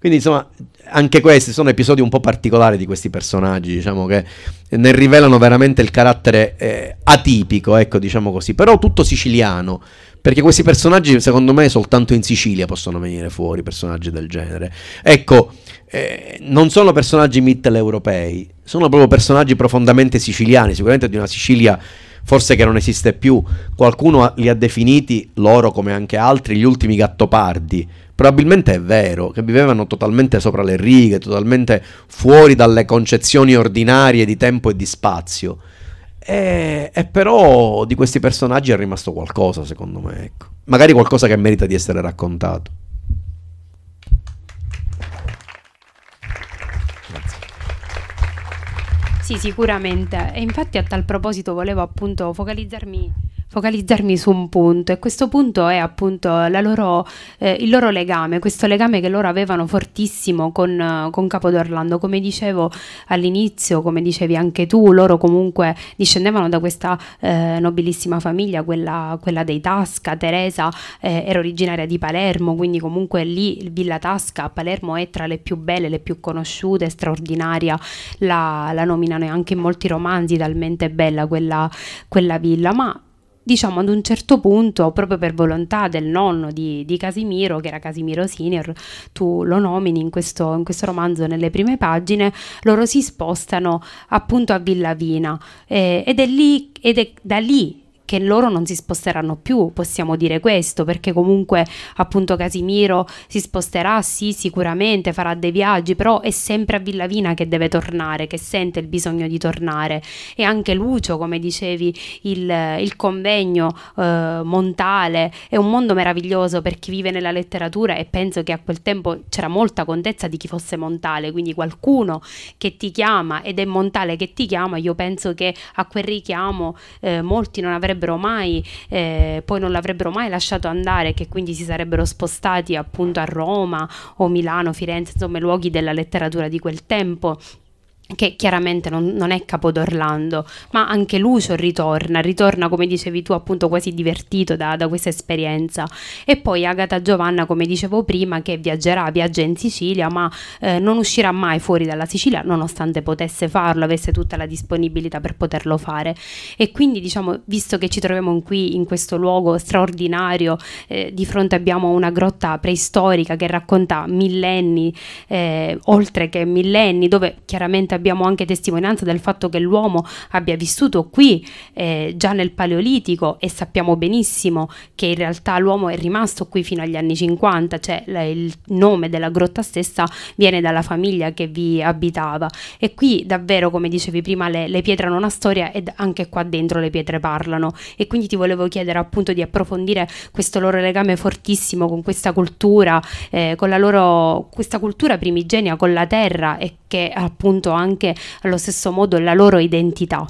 Quindi insomma anche questi sono episodi un po' particolari di questi personaggi, diciamo, che ne rivelano veramente il carattere eh, atipico, ecco, diciamo così, però tutto siciliano, perché questi personaggi secondo me soltanto in Sicilia possono venire fuori personaggi del genere. Ecco, eh, non sono personaggi mitteleuropei, sono proprio personaggi profondamente siciliani, sicuramente di una Sicilia forse che non esiste più. Qualcuno li ha definiti, loro come anche altri, gli ultimi gattopardi. Probabilmente è vero, che vivevano totalmente sopra le righe, totalmente fuori dalle concezioni ordinarie di tempo e di spazio. E, e però di questi personaggi è rimasto qualcosa, secondo me, ecco. Magari qualcosa che merita di essere raccontato. Sì, sicuramente. E infatti a tal proposito volevo appunto focalizzarmi focalizzarmi su un punto, e questo punto è appunto la loro, eh, il loro legame, questo legame che loro avevano fortissimo con, con Capo d'Orlando. Come dicevo all'inizio, come dicevi anche tu, loro comunque discendevano da questa eh, nobilissima famiglia, quella, quella dei Tasca. Teresa eh, era originaria di Palermo, quindi comunque lì Villa Tasca a Palermo è tra le più belle, le più conosciute, straordinaria, la, la nominano anche in molti romanzi, talmente bella quella, quella villa. Ma diciamo ad un certo punto, proprio per volontà del nonno di, di Casimiro, che era Casimiro Senior, tu lo nomini in questo, in questo romanzo nelle prime pagine, loro si spostano appunto a Villa Vina, eh, ed è lì, ed è da lì che loro non si sposteranno più, possiamo dire questo, perché comunque appunto Casimiro si sposterà, sì, sicuramente farà dei viaggi, però è sempre a Villa Vina che deve tornare, che sente il bisogno di tornare. E anche Lucio, come dicevi, il, il convegno eh, montale è un mondo meraviglioso per chi vive nella letteratura, e penso che a quel tempo c'era molta contezza di chi fosse montale, quindi qualcuno che ti chiama ed è montale che ti chiama, io penso che a quel richiamo eh, molti non avrebbero mai eh, poi non l'avrebbero mai lasciato andare, che quindi si sarebbero spostati appunto a Roma o Milano, Firenze, insomma i luoghi della letteratura di quel tempo, che chiaramente non, non è Capo d'Orlando. Ma anche Lucio ritorna, ritorna come dicevi tu appunto quasi divertito da, da questa esperienza. E poi Agata Giovanna, come dicevo prima, che viaggerà, viaggia in Sicilia, ma eh, non uscirà mai fuori dalla Sicilia, nonostante potesse farlo, avesse tutta la disponibilità per poterlo fare. E quindi diciamo, visto che ci troviamo qui in questo luogo straordinario, eh, di fronte abbiamo una grotta preistorica che racconta millenni, eh, oltre che millenni, dove chiaramente abbiamo anche testimonianza del fatto che l'uomo abbia vissuto qui eh, già nel Paleolitico, e sappiamo benissimo che in realtà l'uomo è rimasto qui fino agli anni cinquanta, cioè la, il nome della grotta stessa viene dalla famiglia che vi abitava. E qui davvero, come dicevi prima, le, le pietre hanno una storia, ed anche qua dentro le pietre parlano. E quindi ti volevo chiedere appunto di approfondire questo loro legame fortissimo con questa cultura, eh, con la loro, questa cultura primigenia con la terra, e che appunto anche allo stesso modo la loro identità.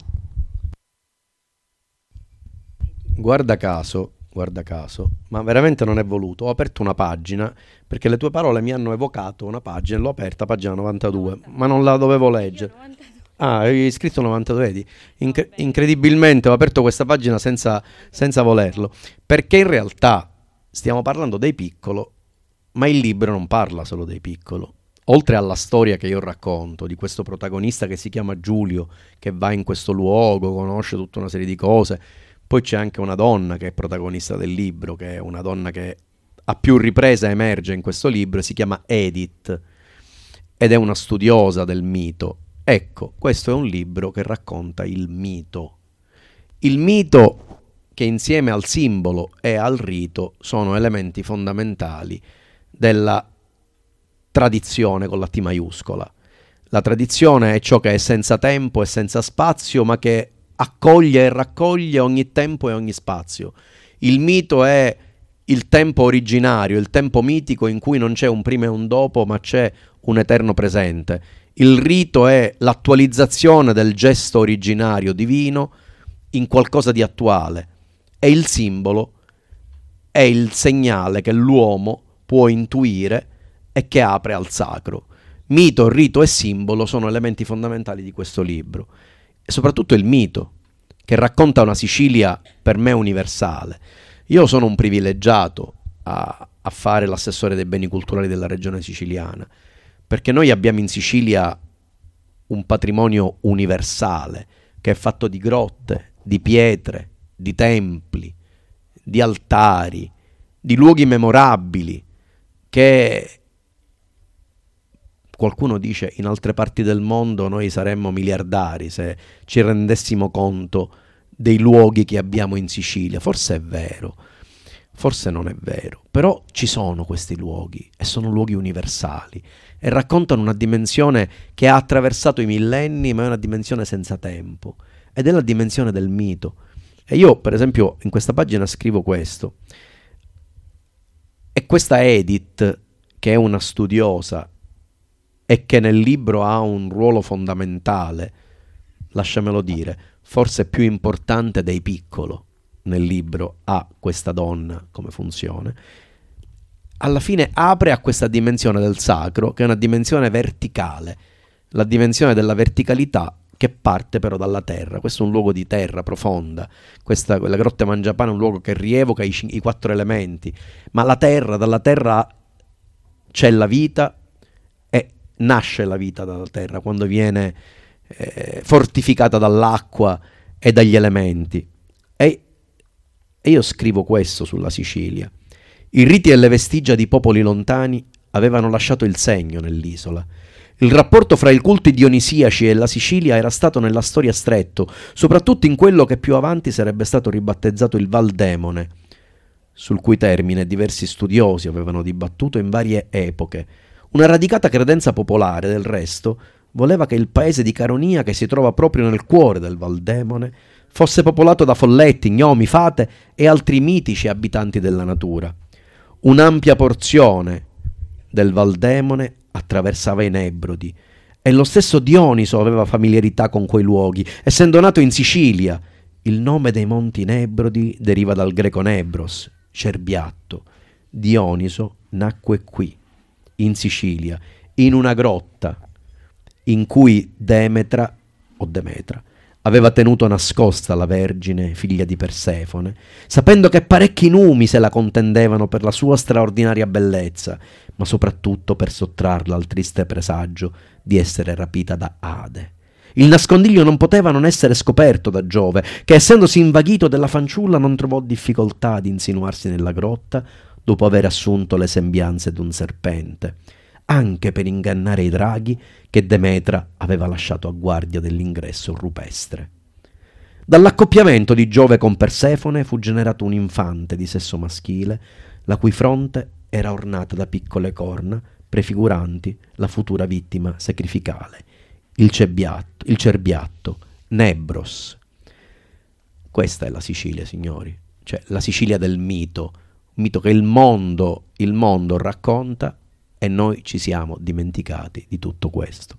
Guarda caso, guarda caso, ma veramente non è voluto. Ho aperto una pagina perché le tue parole mi hanno evocato una pagina, l'ho aperta, pagina novantadue, novantadue. Ma non la dovevo leggere. Ah, hai scritto novantadue, vedi? Incre- incredibilmente ho aperto questa pagina senza, senza volerlo, perché in realtà stiamo parlando dei Piccolo, ma il libro non parla solo dei Piccolo. Oltre alla storia che io racconto di questo protagonista che si chiama Giulio, che va in questo luogo, conosce tutta una serie di cose, poi c'è anche una donna che è protagonista del libro, che è una donna che a più riprese emerge in questo libro, si chiama Edith, ed è una studiosa del mito. Ecco, questo è un libro che racconta il mito. Il mito che insieme al simbolo e al rito sono elementi fondamentali della tradizione con la T maiuscola. La tradizione è ciò che è senza tempo e senza spazio, ma che accoglie e raccoglie ogni tempo e ogni spazio. Il mito è il tempo originario, il tempo mitico in cui non c'è un prima e un dopo, ma c'è un eterno presente. Il rito è l'attualizzazione del gesto originario divino in qualcosa di attuale, e il simbolo è il segnale che l'uomo può intuire e che apre al sacro. Mito, rito e simbolo sono elementi fondamentali di questo libro, e soprattutto il mito, che racconta una Sicilia per me universale. Io sono un privilegiato a, a fare l'assessore dei beni culturali della regione siciliana, perché noi abbiamo in Sicilia un patrimonio universale che è fatto di grotte, di pietre, di templi, di altari, di luoghi memorabili, che qualcuno dice in altre parti del mondo noi saremmo miliardari se ci rendessimo conto dei luoghi che abbiamo in Sicilia. Forse è vero, forse non è vero, però ci sono questi luoghi e sono luoghi universali e raccontano una dimensione che ha attraversato i millenni, ma è una dimensione senza tempo ed è la dimensione del mito. E io, per esempio, in questa pagina scrivo questo. E questa Edith, che è una studiosa e che nel libro ha un ruolo fondamentale, lasciamelo dire, forse più importante dei Piccolo nel libro, ha questa donna come funzione, alla fine apre a questa dimensione del sacro, che è una dimensione verticale, la dimensione della verticalità che parte però dalla terra. Questo è un luogo di terra profonda, questa, la Grotta Mangiapane è un luogo che rievoca i, i quattro elementi, ma la terra, dalla terra c'è la vita e nasce la vita dalla terra quando viene eh, fortificata dall'acqua e dagli elementi. E, e io scrivo questo sulla Sicilia. I riti e le vestigia di popoli lontani avevano lasciato il segno nell'isola. Il rapporto fra i culti dionisiaci e la Sicilia era stato nella storia stretto, soprattutto in quello che più avanti sarebbe stato ribattezzato il Val Demone, sul cui termine diversi studiosi avevano dibattuto in varie epoche. Una radicata credenza popolare, del resto, voleva che il paese di Caronia, che si trova proprio nel cuore del Val Demone, fosse popolato da folletti, gnomi, fate e altri mitici abitanti della natura. Un'ampia porzione del Val Demone attraversava i Nebrodi e lo stesso Dioniso aveva familiarità con quei luoghi, essendo nato in Sicilia. Il nome dei monti Nebrodi deriva dal greco Nebros, cerbiatto. Dioniso nacque qui, in Sicilia, in una grotta in cui Demetra o Demetra aveva tenuto nascosta la Vergine, figlia di Persefone, sapendo che parecchi numi se la contendevano per la sua straordinaria bellezza, ma soprattutto per sottrarla al triste presagio di essere rapita da Ade. Il nascondiglio non poteva non essere scoperto da Giove, che essendosi invaghito della fanciulla non trovò difficoltà ad insinuarsi nella grotta dopo aver assunto le sembianze d'un serpente, anche per ingannare i draghi che Demetra aveva lasciato a guardia dell'ingresso rupestre. Dall'accoppiamento di Giove con Persefone fu generato un infante di sesso maschile, la cui fronte era ornata da piccole corna prefiguranti la futura vittima sacrificale, il cerbiatto, il cerbiatto Nebros. Questa è la Sicilia, signori, cioè la Sicilia del mito, un mito che il mondo, il mondo racconta. E noi ci siamo dimenticati di tutto questo.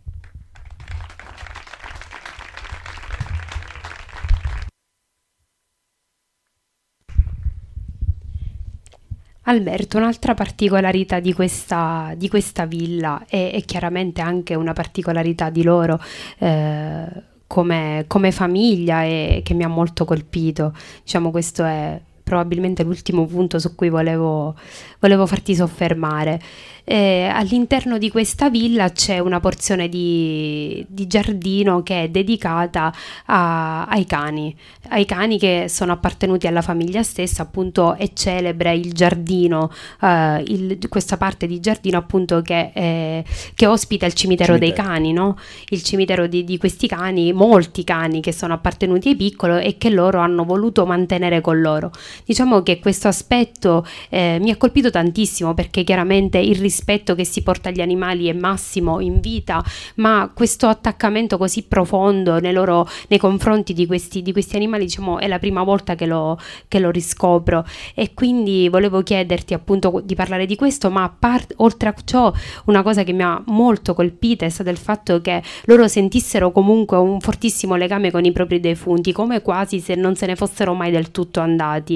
Alberto, un'altra particolarità di questa, di questa villa e, e chiaramente anche una particolarità di loro eh, come, come famiglia e che mi ha molto colpito, diciamo, questo è probabilmente l'ultimo punto su cui volevo, volevo farti soffermare. Eh, all'interno di questa villa c'è una porzione di, di giardino che è dedicata a, ai cani, ai cani che sono appartenuti alla famiglia stessa. Appunto è celebre il giardino, eh, il, questa parte di giardino appunto che, eh, che ospita il cimitero, cimitero dei cani, no? Il cimitero di, di questi cani, molti cani che sono appartenuti ai piccoli e che loro hanno voluto mantenere con loro. Diciamo che questo aspetto eh, mi ha colpito tantissimo, perché chiaramente il rispetto che si porta agli animali è massimo in vita, ma questo attaccamento così profondo nei loro nei confronti di questi, di questi animali, diciamo, è la prima volta che lo, che lo riscopro, e quindi volevo chiederti appunto di parlare di questo. Ma a part, oltre a ciò, una cosa che mi ha molto colpita è stato il fatto che loro sentissero comunque un fortissimo legame con i propri defunti, come quasi se non se ne fossero mai del tutto andati.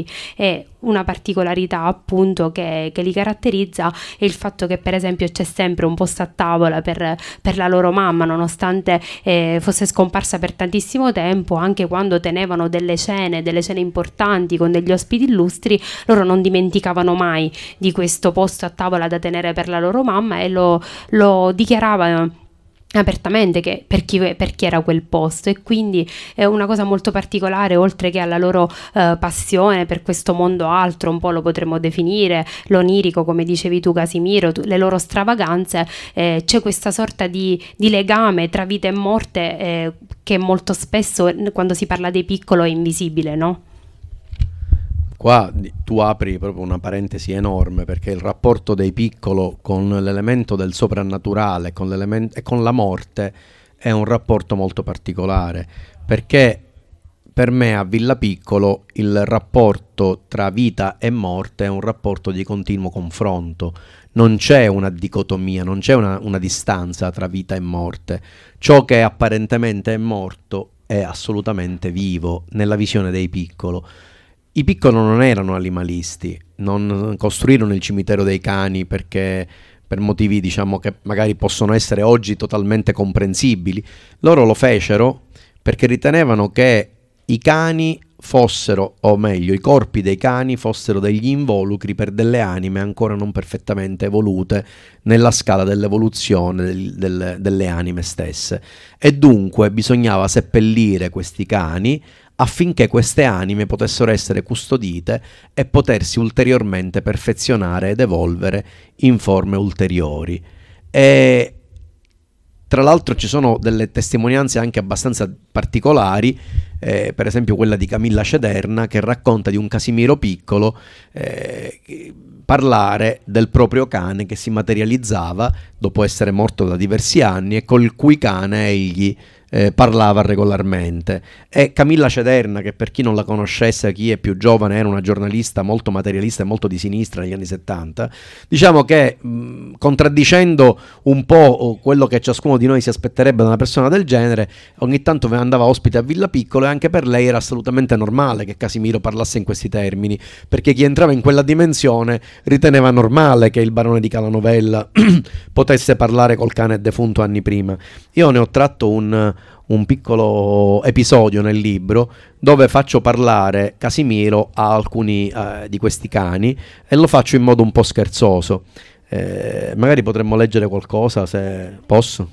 e una particolarità appunto che, che li caratterizza è il fatto che per esempio c'è sempre un posto a tavola per, per la loro mamma, nonostante eh, fosse scomparsa per tantissimo tempo. Anche quando tenevano delle cene, delle cene importanti con degli ospiti illustri, loro non dimenticavano mai di questo posto a tavola da tenere per la loro mamma e lo, lo dichiaravano apertamente che per chi, per chi era quel posto. E quindi è una cosa molto particolare, oltre che alla loro eh, passione per questo mondo altro, un po' lo potremmo definire l'onirico, come dicevi tu Casimiro, tu, le loro stravaganze, eh, c'è questa sorta di, di legame tra vita e morte eh, che molto spesso quando si parla dei piccolo è invisibile, no? Qua tu apri proprio una parentesi enorme, perché il rapporto dei piccolo con l'elemento del soprannaturale con l'elemento, e con la morte è un rapporto molto particolare, perché per me a Villa Piccolo il rapporto tra vita e morte è un rapporto di continuo confronto. Non c'è una dicotomia, non c'è una, una distanza tra vita e morte. Ciò che apparentemente è morto è assolutamente vivo nella visione dei piccolo. I piccolo non erano animalisti, non costruirono il cimitero dei cani perché per motivi diciamo che magari possono essere oggi totalmente comprensibili. Loro lo fecero perché ritenevano che i cani fossero, o meglio, i corpi dei cani fossero degli involucri per delle anime ancora non perfettamente evolute nella scala dell'evoluzione del, del, delle anime stesse. E dunque bisognava seppellire questi cani affinché queste anime potessero essere custodite e potersi ulteriormente perfezionare ed evolvere in forme ulteriori. E tra l'altro ci sono delle testimonianze anche abbastanza particolari, eh, per esempio quella di Camilla Cederna, che racconta di un Casimiro piccolo eh, parlare del proprio cane che si materializzava dopo essere morto da diversi anni e col cui cane egli Eh, parlava regolarmente. E Camilla Cederna, che per chi non la conoscesse, chi è più giovane, era una giornalista molto materialista e molto di sinistra negli anni settanta, diciamo che mh, contraddicendo un po' quello che ciascuno di noi si aspetterebbe da una persona del genere, ogni tanto andava ospite a Villa Piccolo e anche per lei era assolutamente normale che Casimiro parlasse in questi termini, perché chi entrava in quella dimensione riteneva normale che il barone di Calanovella potesse parlare col cane defunto anni prima. Io ne ho tratto un un piccolo episodio nel libro dove faccio parlare Casimiro a alcuni eh, di questi cani e lo faccio in modo un po' scherzoso. Eh, magari potremmo leggere qualcosa, se posso.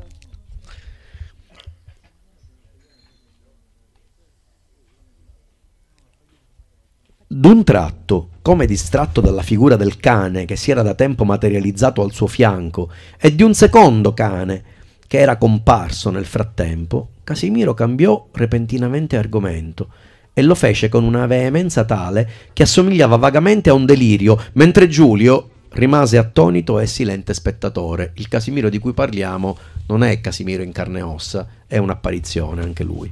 D'un tratto, come distratto dalla figura del cane che si era da tempo materializzato al suo fianco e di un secondo cane che era comparso nel frattempo, Casimiro cambiò repentinamente argomento e lo fece con una veemenza tale che assomigliava vagamente a un delirio, mentre Giulio rimase attonito e silente spettatore. Il Casimiro di cui parliamo non è Casimiro in carne e ossa, è un'apparizione anche lui.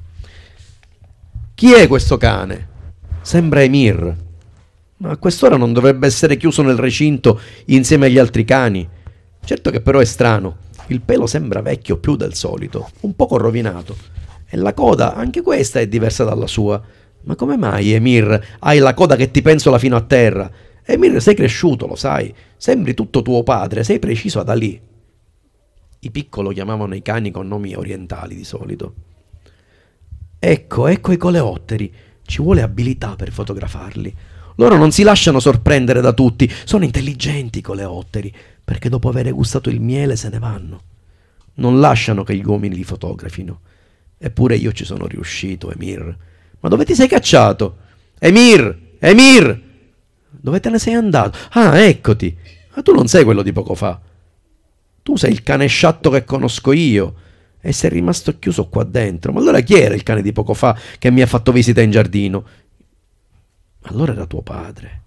Chi è questo cane? Sembra Emir. Ma a quest'ora non dovrebbe essere chiuso nel recinto insieme agli altri cani. Certo che però è strano. Il pelo sembra vecchio più del solito, un poco rovinato. E la coda, anche questa è diversa dalla sua. Ma come mai, Emir, hai la coda che ti penzola fino a terra? Emir, sei cresciuto, lo sai. Sembri tutto tuo padre, sei preciso ad Ali. I piccolo chiamavano i cani con nomi orientali di solito. Ecco, ecco i coleotteri. Ci vuole abilità per fotografarli. Loro non si lasciano sorprendere da tutti. Sono intelligenti i coleotteri, perché dopo aver gustato il miele se ne vanno. Non lasciano che gli uomini li fotografino. Eppure io ci sono riuscito, Emir. Ma dove ti sei cacciato? Emir! Emir! Dove te ne sei andato? Ah, eccoti! Ma tu non sei quello di poco fa. Tu sei il cane sciatto che conosco io e sei rimasto chiuso qua dentro. Ma allora chi era il cane di poco fa che mi ha fatto visita in giardino? Allora era tuo padre.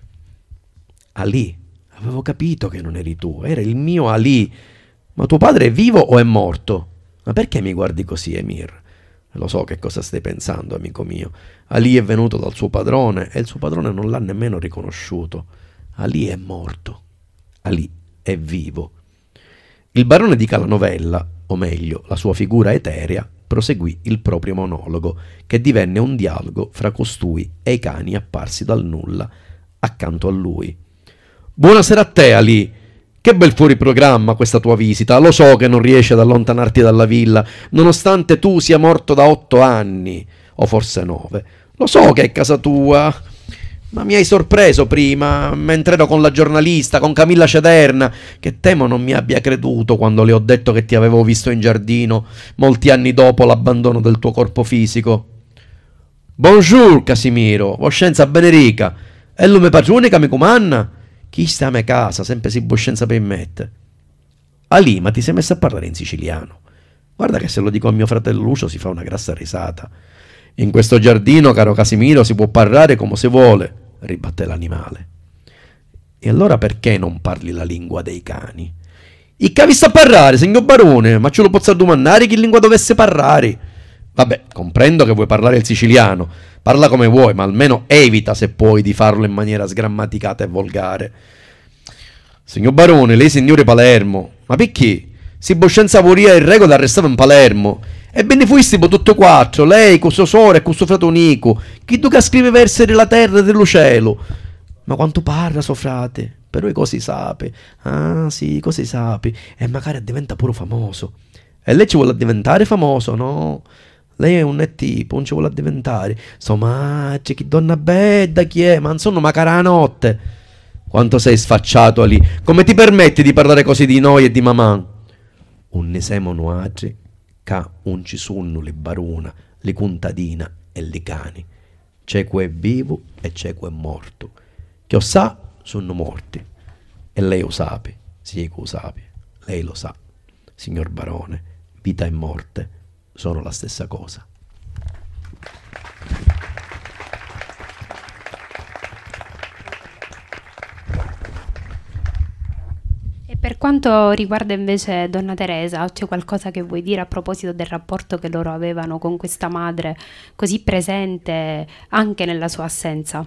Ali. Avevo capito che non eri tu, era il mio Ali. Ma tuo padre è vivo o è morto? Ma perché mi guardi così, Emir? Lo so che cosa stai pensando, amico mio. Ali è venuto dal suo padrone e il suo padrone non l'ha nemmeno riconosciuto. Ali è morto. Ali è vivo. Il barone di Calanovella, o meglio, la sua figura eterea, proseguì il proprio monologo, che divenne un dialogo fra costui e i cani apparsi dal nulla accanto a lui. «Buonasera a te, Ali! Che bel fuoriprogramma questa tua visita! Lo so che non riesci ad allontanarti dalla villa, nonostante tu sia morto da otto anni, o forse nove. Lo so che è casa tua, ma mi hai sorpreso prima, mentre ero con la giornalista, con Camilla Cederna, che temo non mi abbia creduto quando le ho detto che ti avevo visto in giardino molti anni dopo l'abbandono del tuo corpo fisico. Bonjour, Casimiro, voscenza benerica, e lume padrone che mi comanna? Chi sta a me casa, sempre si voscenza per mette. Ali, ma ti sei messo a parlare in siciliano? Guarda che se lo dico a mio fratello Lucio si fa una grassa risata. In questo giardino, caro Casimiro, si può parlare come si vuole, ribatté l'animale. E allora perché non parli la lingua dei cani? I cavi sta a parlare, signor barone, ma ce lo posso domandare che lingua dovesse parlare? Vabbè, comprendo che vuoi parlare il siciliano, parla come vuoi, ma almeno evita, se puoi, di farlo in maniera sgrammaticata e volgare. Signor barone, lei signore Palermo, ma perché? Si boscenza voria il rego d'arrestato in Palermo. Ebbene fuistimo tutto quattro, lei, con suo sore e con suo frate Nico, chi tu che scrive versi della terra e dello cielo. Ma quanto parla suo frate, però e così sape. Ah sì, così sape, e magari diventa pure famoso. E lei ci vuole diventare famoso, no? Lei è un è tipo, non ci vuole diventare. Insomma, c'è che donna bella chi è, ma insomma, ma cara notte. Quanto sei sfacciato lì, come ti permetti di parlare così di noi e di mamma? Un ne siamo nuaci, ca un ci sunno le baruna, le contadina e le cani. C'è que è vivo e c'è que è morto. Che o sa, sono morti. E lei lo sape, sì che lo sape, lei lo sa. Signor barone, vita e morte sono la stessa cosa. E per quanto riguarda invece donna Teresa, c'è qualcosa che vuoi dire a proposito del rapporto che loro avevano con questa madre così presente anche nella sua assenza?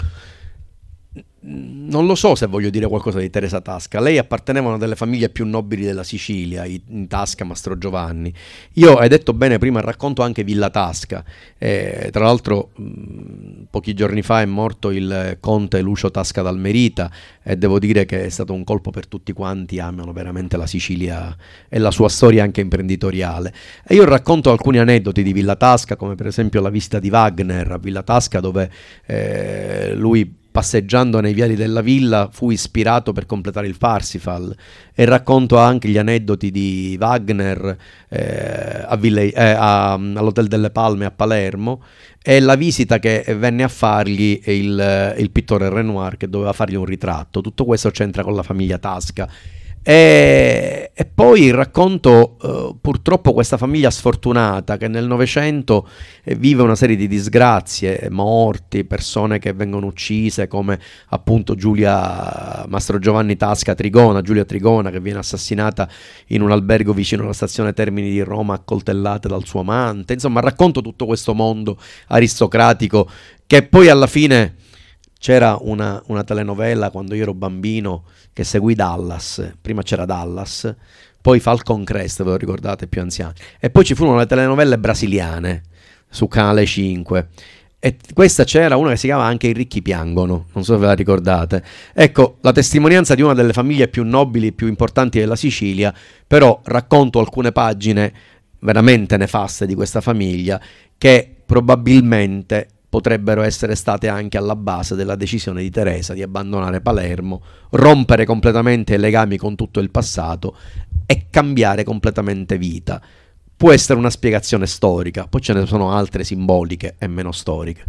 Non lo so se voglio dire qualcosa di Teresa Tasca. Lei apparteneva a una delle famiglie più nobili della Sicilia, in Tasca, Mastro Giovanni. Io, hai detto bene prima, racconto anche Villa Tasca. Eh, tra l'altro mh, pochi giorni fa è morto il conte Lucio Tasca d'Almerita, e devo dire che è stato un colpo per tutti quanti amano veramente la Sicilia e la sua storia anche imprenditoriale. E io racconto alcuni aneddoti di Villa Tasca, come per esempio la visita di Wagner a Villa Tasca, dove eh, lui, passeggiando nei viali della villa, fu ispirato per completare il Parsifal. E racconto anche gli aneddoti di Wagner eh, a Ville, eh, a, all'Hotel delle Palme a Palermo, e la visita che venne a fargli il, il pittore Renoir, che doveva fargli un ritratto. Tutto questo c'entra con la famiglia Tasca. E, e poi racconto eh, purtroppo questa famiglia sfortunata che nel Novecento eh, vive una serie di disgrazie, morti, persone che vengono uccise, come appunto Giulia Mastro Giovanni Tasca Trigona, Giulia Trigona, che viene assassinata in un albergo vicino alla stazione Termini di Roma, accoltellata dal suo amante. Insomma, racconto tutto questo mondo aristocratico, che poi alla fine c'era una, una telenovela quando io ero bambino che seguì Dallas. Prima c'era Dallas, poi Falcon Crest, ve lo ricordate, più anziani, e poi ci furono le telenovelle brasiliane su Canale cinque, e questa c'era una che si chiama Anche i ricchi piangono, non so se ve la ricordate. Ecco, la testimonianza di una delle famiglie più nobili e più importanti della Sicilia. Però racconto alcune pagine veramente nefaste di questa famiglia, che probabilmente potrebbero essere state anche alla base della decisione di Teresa di abbandonare Palermo, rompere completamente i legami con tutto il passato e cambiare completamente vita. Può essere una spiegazione storica, poi ce ne sono altre simboliche e meno storiche.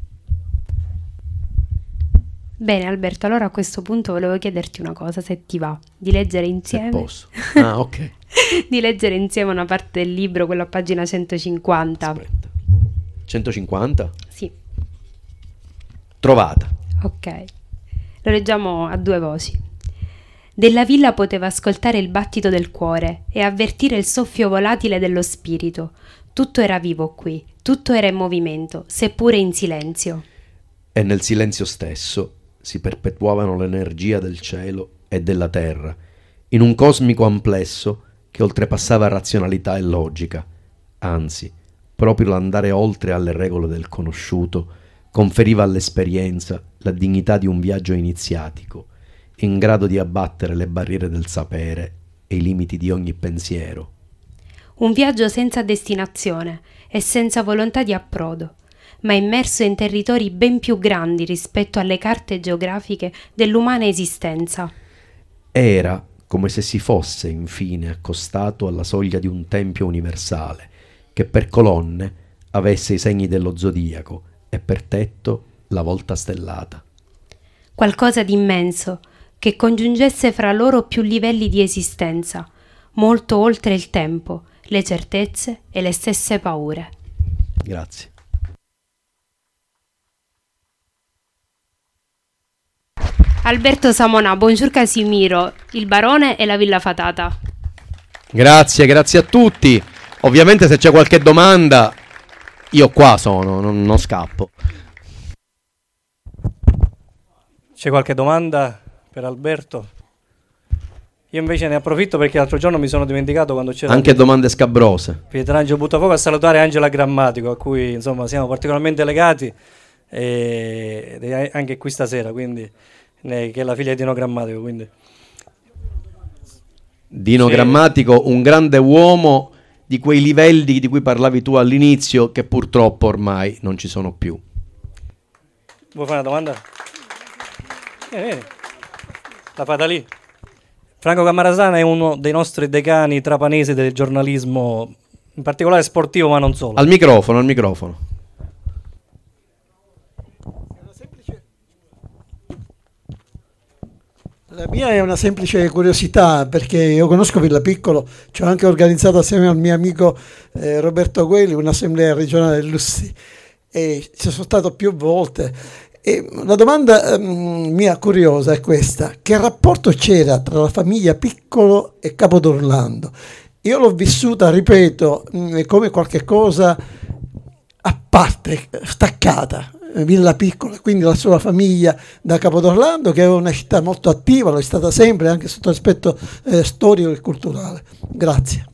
Bene Alberto, allora a questo punto volevo chiederti una cosa, se ti va, di leggere insieme. Se posso. Ah, ok. Di leggere insieme una parte del libro, quello a pagina centocinquanta. Aspetta. centocinquanta? Sì. Trovata. Ok. Lo leggiamo a due voci. Della villa poteva ascoltare il battito del cuore e avvertire il soffio volatile dello spirito. Tutto era vivo qui, tutto era in movimento, seppure in silenzio. E nel silenzio stesso si perpetuavano l'energia del cielo e della terra, in un cosmico amplesso che oltrepassava razionalità e logica. Anzi, proprio l'andare oltre alle regole del conosciuto conferiva all'esperienza la dignità di un viaggio iniziatico, in grado di abbattere le barriere del sapere e i limiti di ogni pensiero. Un viaggio senza destinazione e senza volontà di approdo, ma immerso in territori ben più grandi rispetto alle carte geografiche dell'umana esistenza. Era come se si fosse infine accostato alla soglia di un tempio universale, che per colonne avesse i segni dello zodiaco e per tetto la volta stellata. Qualcosa di immenso, che congiungesse fra loro più livelli di esistenza, molto oltre il tempo, le certezze e le stesse paure. Grazie. Alberto Samonà, Bonjour Casimiro, il barone e la Villa Fatata. Grazie, grazie a tutti. Ovviamente se c'è qualche domanda, io qua sono, non, non scappo. C'è qualche domanda per Alberto? Io invece ne approfitto perché l'altro giorno mi sono dimenticato, quando c'era anche domande scabrose, Pietrangelo Buttafuoco, a salutare Angela Grammatico, a cui insomma siamo particolarmente legati, e, e anche qui stasera, quindi ne, che è la figlia di Dino Grammatico, quindi. Dino Sì. Grammatico, un grande uomo di quei livelli di cui parlavi tu all'inizio, che purtroppo ormai non ci sono più. Vuoi fare una domanda? Vieni, vieni. La fata lì. Franco Camarasana è uno dei nostri decani trapanesi del giornalismo, in particolare sportivo, ma non solo. Al microfono, al microfono. La mia è una semplice curiosità, perché io conosco Villa Piccolo, ci ho anche organizzato assieme al mio amico eh, Roberto Gueli un'assemblea regionale dell'Ussi e ci sono stato più volte. E la domanda um, mia curiosa è questa: che rapporto c'era tra la famiglia Piccolo e Capodorlando? Io l'ho vissuta, ripeto, mh, come qualche cosa a parte, staccata. Villa Piccola, quindi la sua famiglia da Capodorlando, che è una città molto attiva, lo è stata sempre anche sotto l'aspetto eh, storico e culturale. Grazie.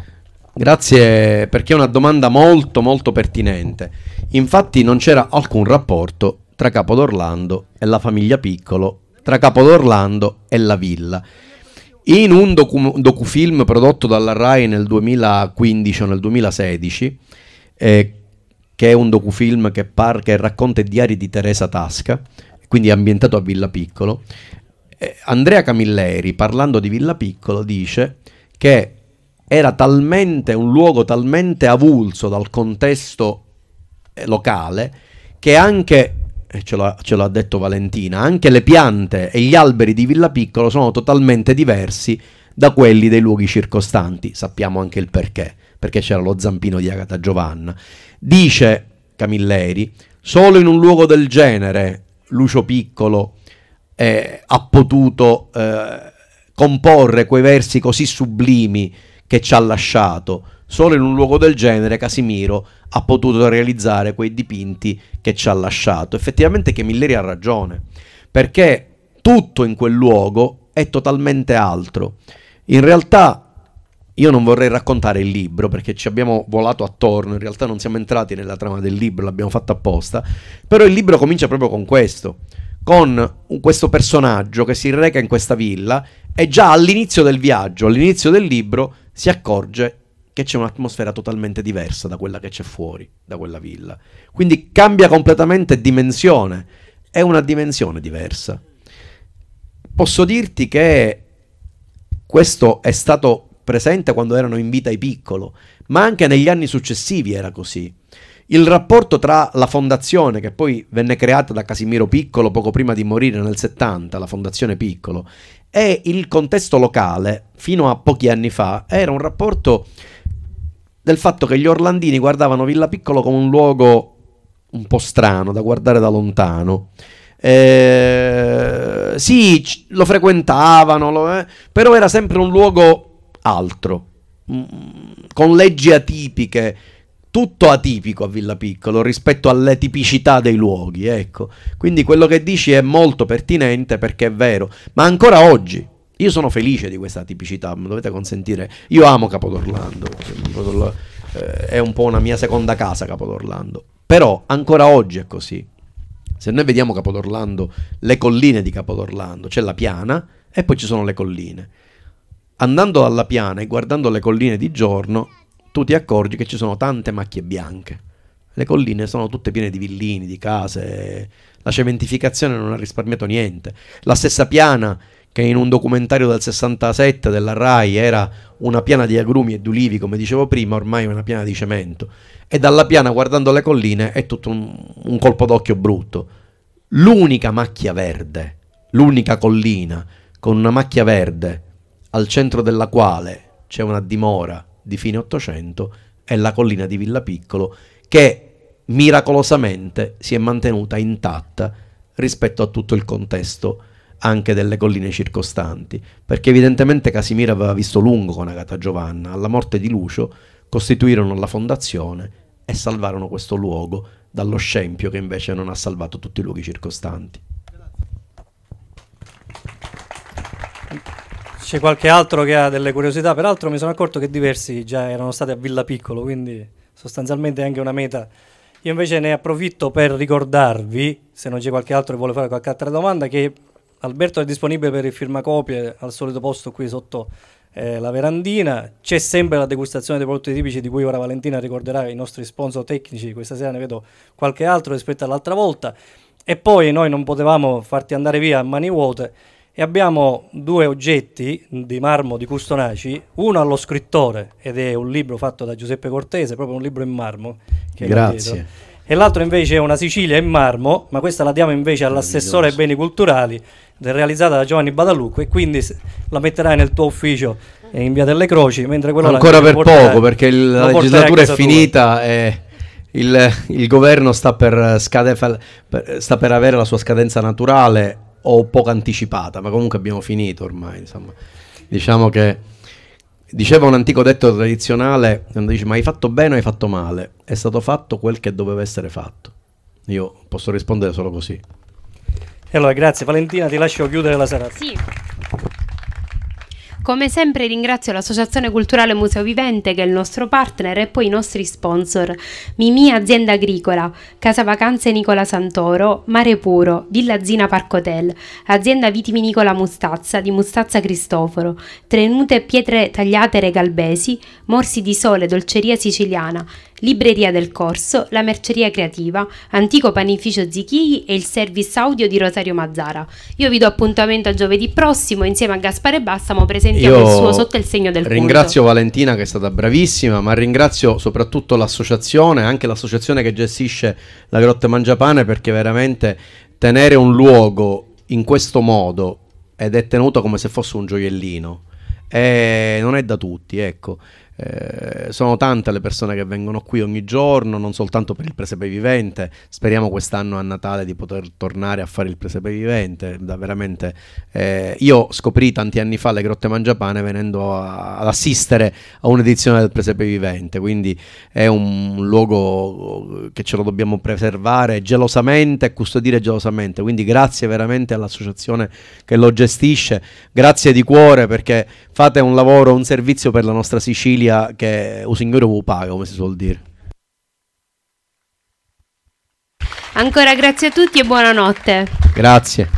Grazie, perché è una domanda molto molto pertinente. Infatti non c'era alcun rapporto tra Capodorlando e la famiglia Piccolo, tra Capodorlando e la villa. In un docu- docufilm prodotto dalla Rai nel duemilaquindici o nel duemilasedici, eh, che è un docufilm che, par- che racconta i diari di Teresa Tasca, quindi ambientato a Villa Piccolo, eh, Andrea Camilleri, parlando di Villa Piccolo, dice che era talmente un luogo talmente avulso dal contesto eh, locale che anche, eh, ce, lo, ce l'ha detto Valentina, anche le piante e gli alberi di Villa Piccolo sono totalmente diversi da quelli dei luoghi circostanti. Sappiamo anche il perché, perché c'era lo zampino di Agata Giovanna. Dice Camilleri, solo in un luogo del genere Lucio Piccolo eh, ha potuto eh, comporre quei versi così sublimi che ci ha lasciato. Solo in un luogo del genere Casimiro ha potuto realizzare quei dipinti che ci ha lasciato. Effettivamente Camilleri ha ragione, perché tutto in quel luogo è totalmente altro. In realtà io non vorrei raccontare il libro, perché ci abbiamo volato attorno, in realtà non siamo entrati nella trama del libro, l'abbiamo fatto apposta, però il libro comincia proprio con questo, con questo personaggio che si reca in questa villa e già all'inizio del viaggio, all'inizio del libro, si accorge che c'è un'atmosfera totalmente diversa da quella che c'è fuori, da quella villa. Quindi cambia completamente dimensione, è una dimensione diversa. Posso dirti che questo è stato presente quando erano in vita i Piccolo, ma anche negli anni successivi era così. Il rapporto tra la fondazione, che poi venne creata da Casimiro Piccolo poco prima di morire nel settanta, la fondazione Piccolo, e il contesto locale, fino a pochi anni fa, era un rapporto del fatto che gli orlandini guardavano Villa Piccolo come un luogo un po' strano, da guardare da lontano. Eh, sì, lo frequentavano, lo, eh, però era sempre un luogo altro, con leggi atipiche, tutto atipico a Villa Piccolo rispetto alle tipicità dei luoghi, ecco. Quindi quello che dici è molto pertinente, perché è vero, ma ancora oggi io sono felice di questa tipicità, mi dovete consentire. Io amo Capodorlando, eh, è un po' una mia seconda casa Capodorlando, però ancora oggi è così. Se noi vediamo Capodorlando, le colline di Capodorlando, c'è la piana e poi ci sono le colline. Andando dalla piana e guardando le colline di giorno, tu ti accorgi che ci sono tante macchie bianche. Le colline sono tutte piene di villini, di case, la cementificazione non ha risparmiato niente. La stessa piana che in un documentario del sessantasette della Rai era una piana di agrumi e di ulivi, come dicevo prima, ormai è una piana di cemento. E dalla piana, guardando le colline, è tutto un, un colpo d'occhio brutto. L'unica macchia verde, l'unica collina con una macchia verde al centro della quale c'è una dimora di fine Ottocento è la collina di Villapiccolo, che miracolosamente si è mantenuta intatta rispetto a tutto il contesto anche delle colline circostanti, perché evidentemente Casimiro aveva visto lungo con Agata Giovanna. Alla morte di Lucio costituirono la fondazione e salvarono questo luogo dallo scempio che invece non ha salvato tutti i luoghi circostanti. C'è qualche altro che ha delle curiosità? Peraltro mi sono accorto che diversi già erano stati a Villapiccolo, quindi sostanzialmente è anche una meta. Io invece ne approfitto per ricordarvi, se non c'è qualche altro che vuole fare qualche altra domanda, che Alberto è disponibile per il firmacopie al solito posto qui sotto eh, la verandina. C'è sempre la degustazione dei prodotti tipici di cui ora Valentina ricorderà i nostri sponsor tecnici. Questa sera ne vedo qualche altro rispetto all'altra volta. E poi noi non potevamo farti andare via a mani vuote e abbiamo due oggetti di marmo di Custonaci, uno allo scrittore ed è un libro fatto da Giuseppe Cortese, proprio un libro in marmo. Che Grazie. E l'altro invece è una Sicilia in marmo, ma questa la diamo invece all'assessore ai beni culturali, realizzata da Giovanni Badalucco, e quindi la metterai nel tuo ufficio in via delle Croci, mentre quello ancora per porterai, poco, perché il, la legislatura è finita e il, il governo sta per, scade, per, sta per avere la sua scadenza naturale o poco anticipata, ma comunque abbiamo finito ormai, insomma. Diciamo che diceva un antico detto tradizionale, quando dice ma hai fatto bene o hai fatto male? È stato fatto quel che doveva essere fatto. Io posso rispondere solo così. E allora grazie Valentina, ti lascio chiudere la serata. Sì. Come sempre ringrazio l'Associazione Culturale Museo Vivente, che è il nostro partner, e poi i nostri sponsor: Mimì Azienda Agricola, Casa Vacanze Nicola Santoro, Mare Puro, Villa Zina Parco Hotel, Azienda Vitivinicola Mustazza di Mustazza Cristoforo, Trenute Pietre Tagliate Regalbesi, Morsi di Sole Dolceria Siciliana, Libreria del Corso, La Merceria Creativa, Antico Panificio Zichighi e il service audio di Rosario Mazzara. Io vi do appuntamento a giovedì prossimo insieme a Gaspare Bassamo, presentiamo Io il suo Sotto il segno del punto. Ringrazio Valentina che è stata bravissima, ma ringrazio soprattutto l'associazione, anche l'associazione che gestisce la Grotte Mangiapane, perché veramente tenere un luogo in questo modo, ed è tenuto come se fosse un gioiellino, e non è da tutti, ecco. Eh, sono tante le persone che vengono qui ogni giorno, non soltanto per il presepe vivente. Speriamo quest'anno a Natale di poter tornare a fare il presepe vivente. Da veramente, eh, io scoprì tanti anni fa le Grotte Mangiapane venendo a, ad assistere a un'edizione del presepe vivente, quindi è un luogo che ce lo dobbiamo preservare gelosamente e custodire gelosamente. Quindi grazie veramente all'associazione che lo gestisce, grazie di cuore, perché fate un lavoro, un servizio per la nostra Sicilia che un signore vi paga, come si suol dire. Ancora grazie a tutti e buonanotte. Grazie.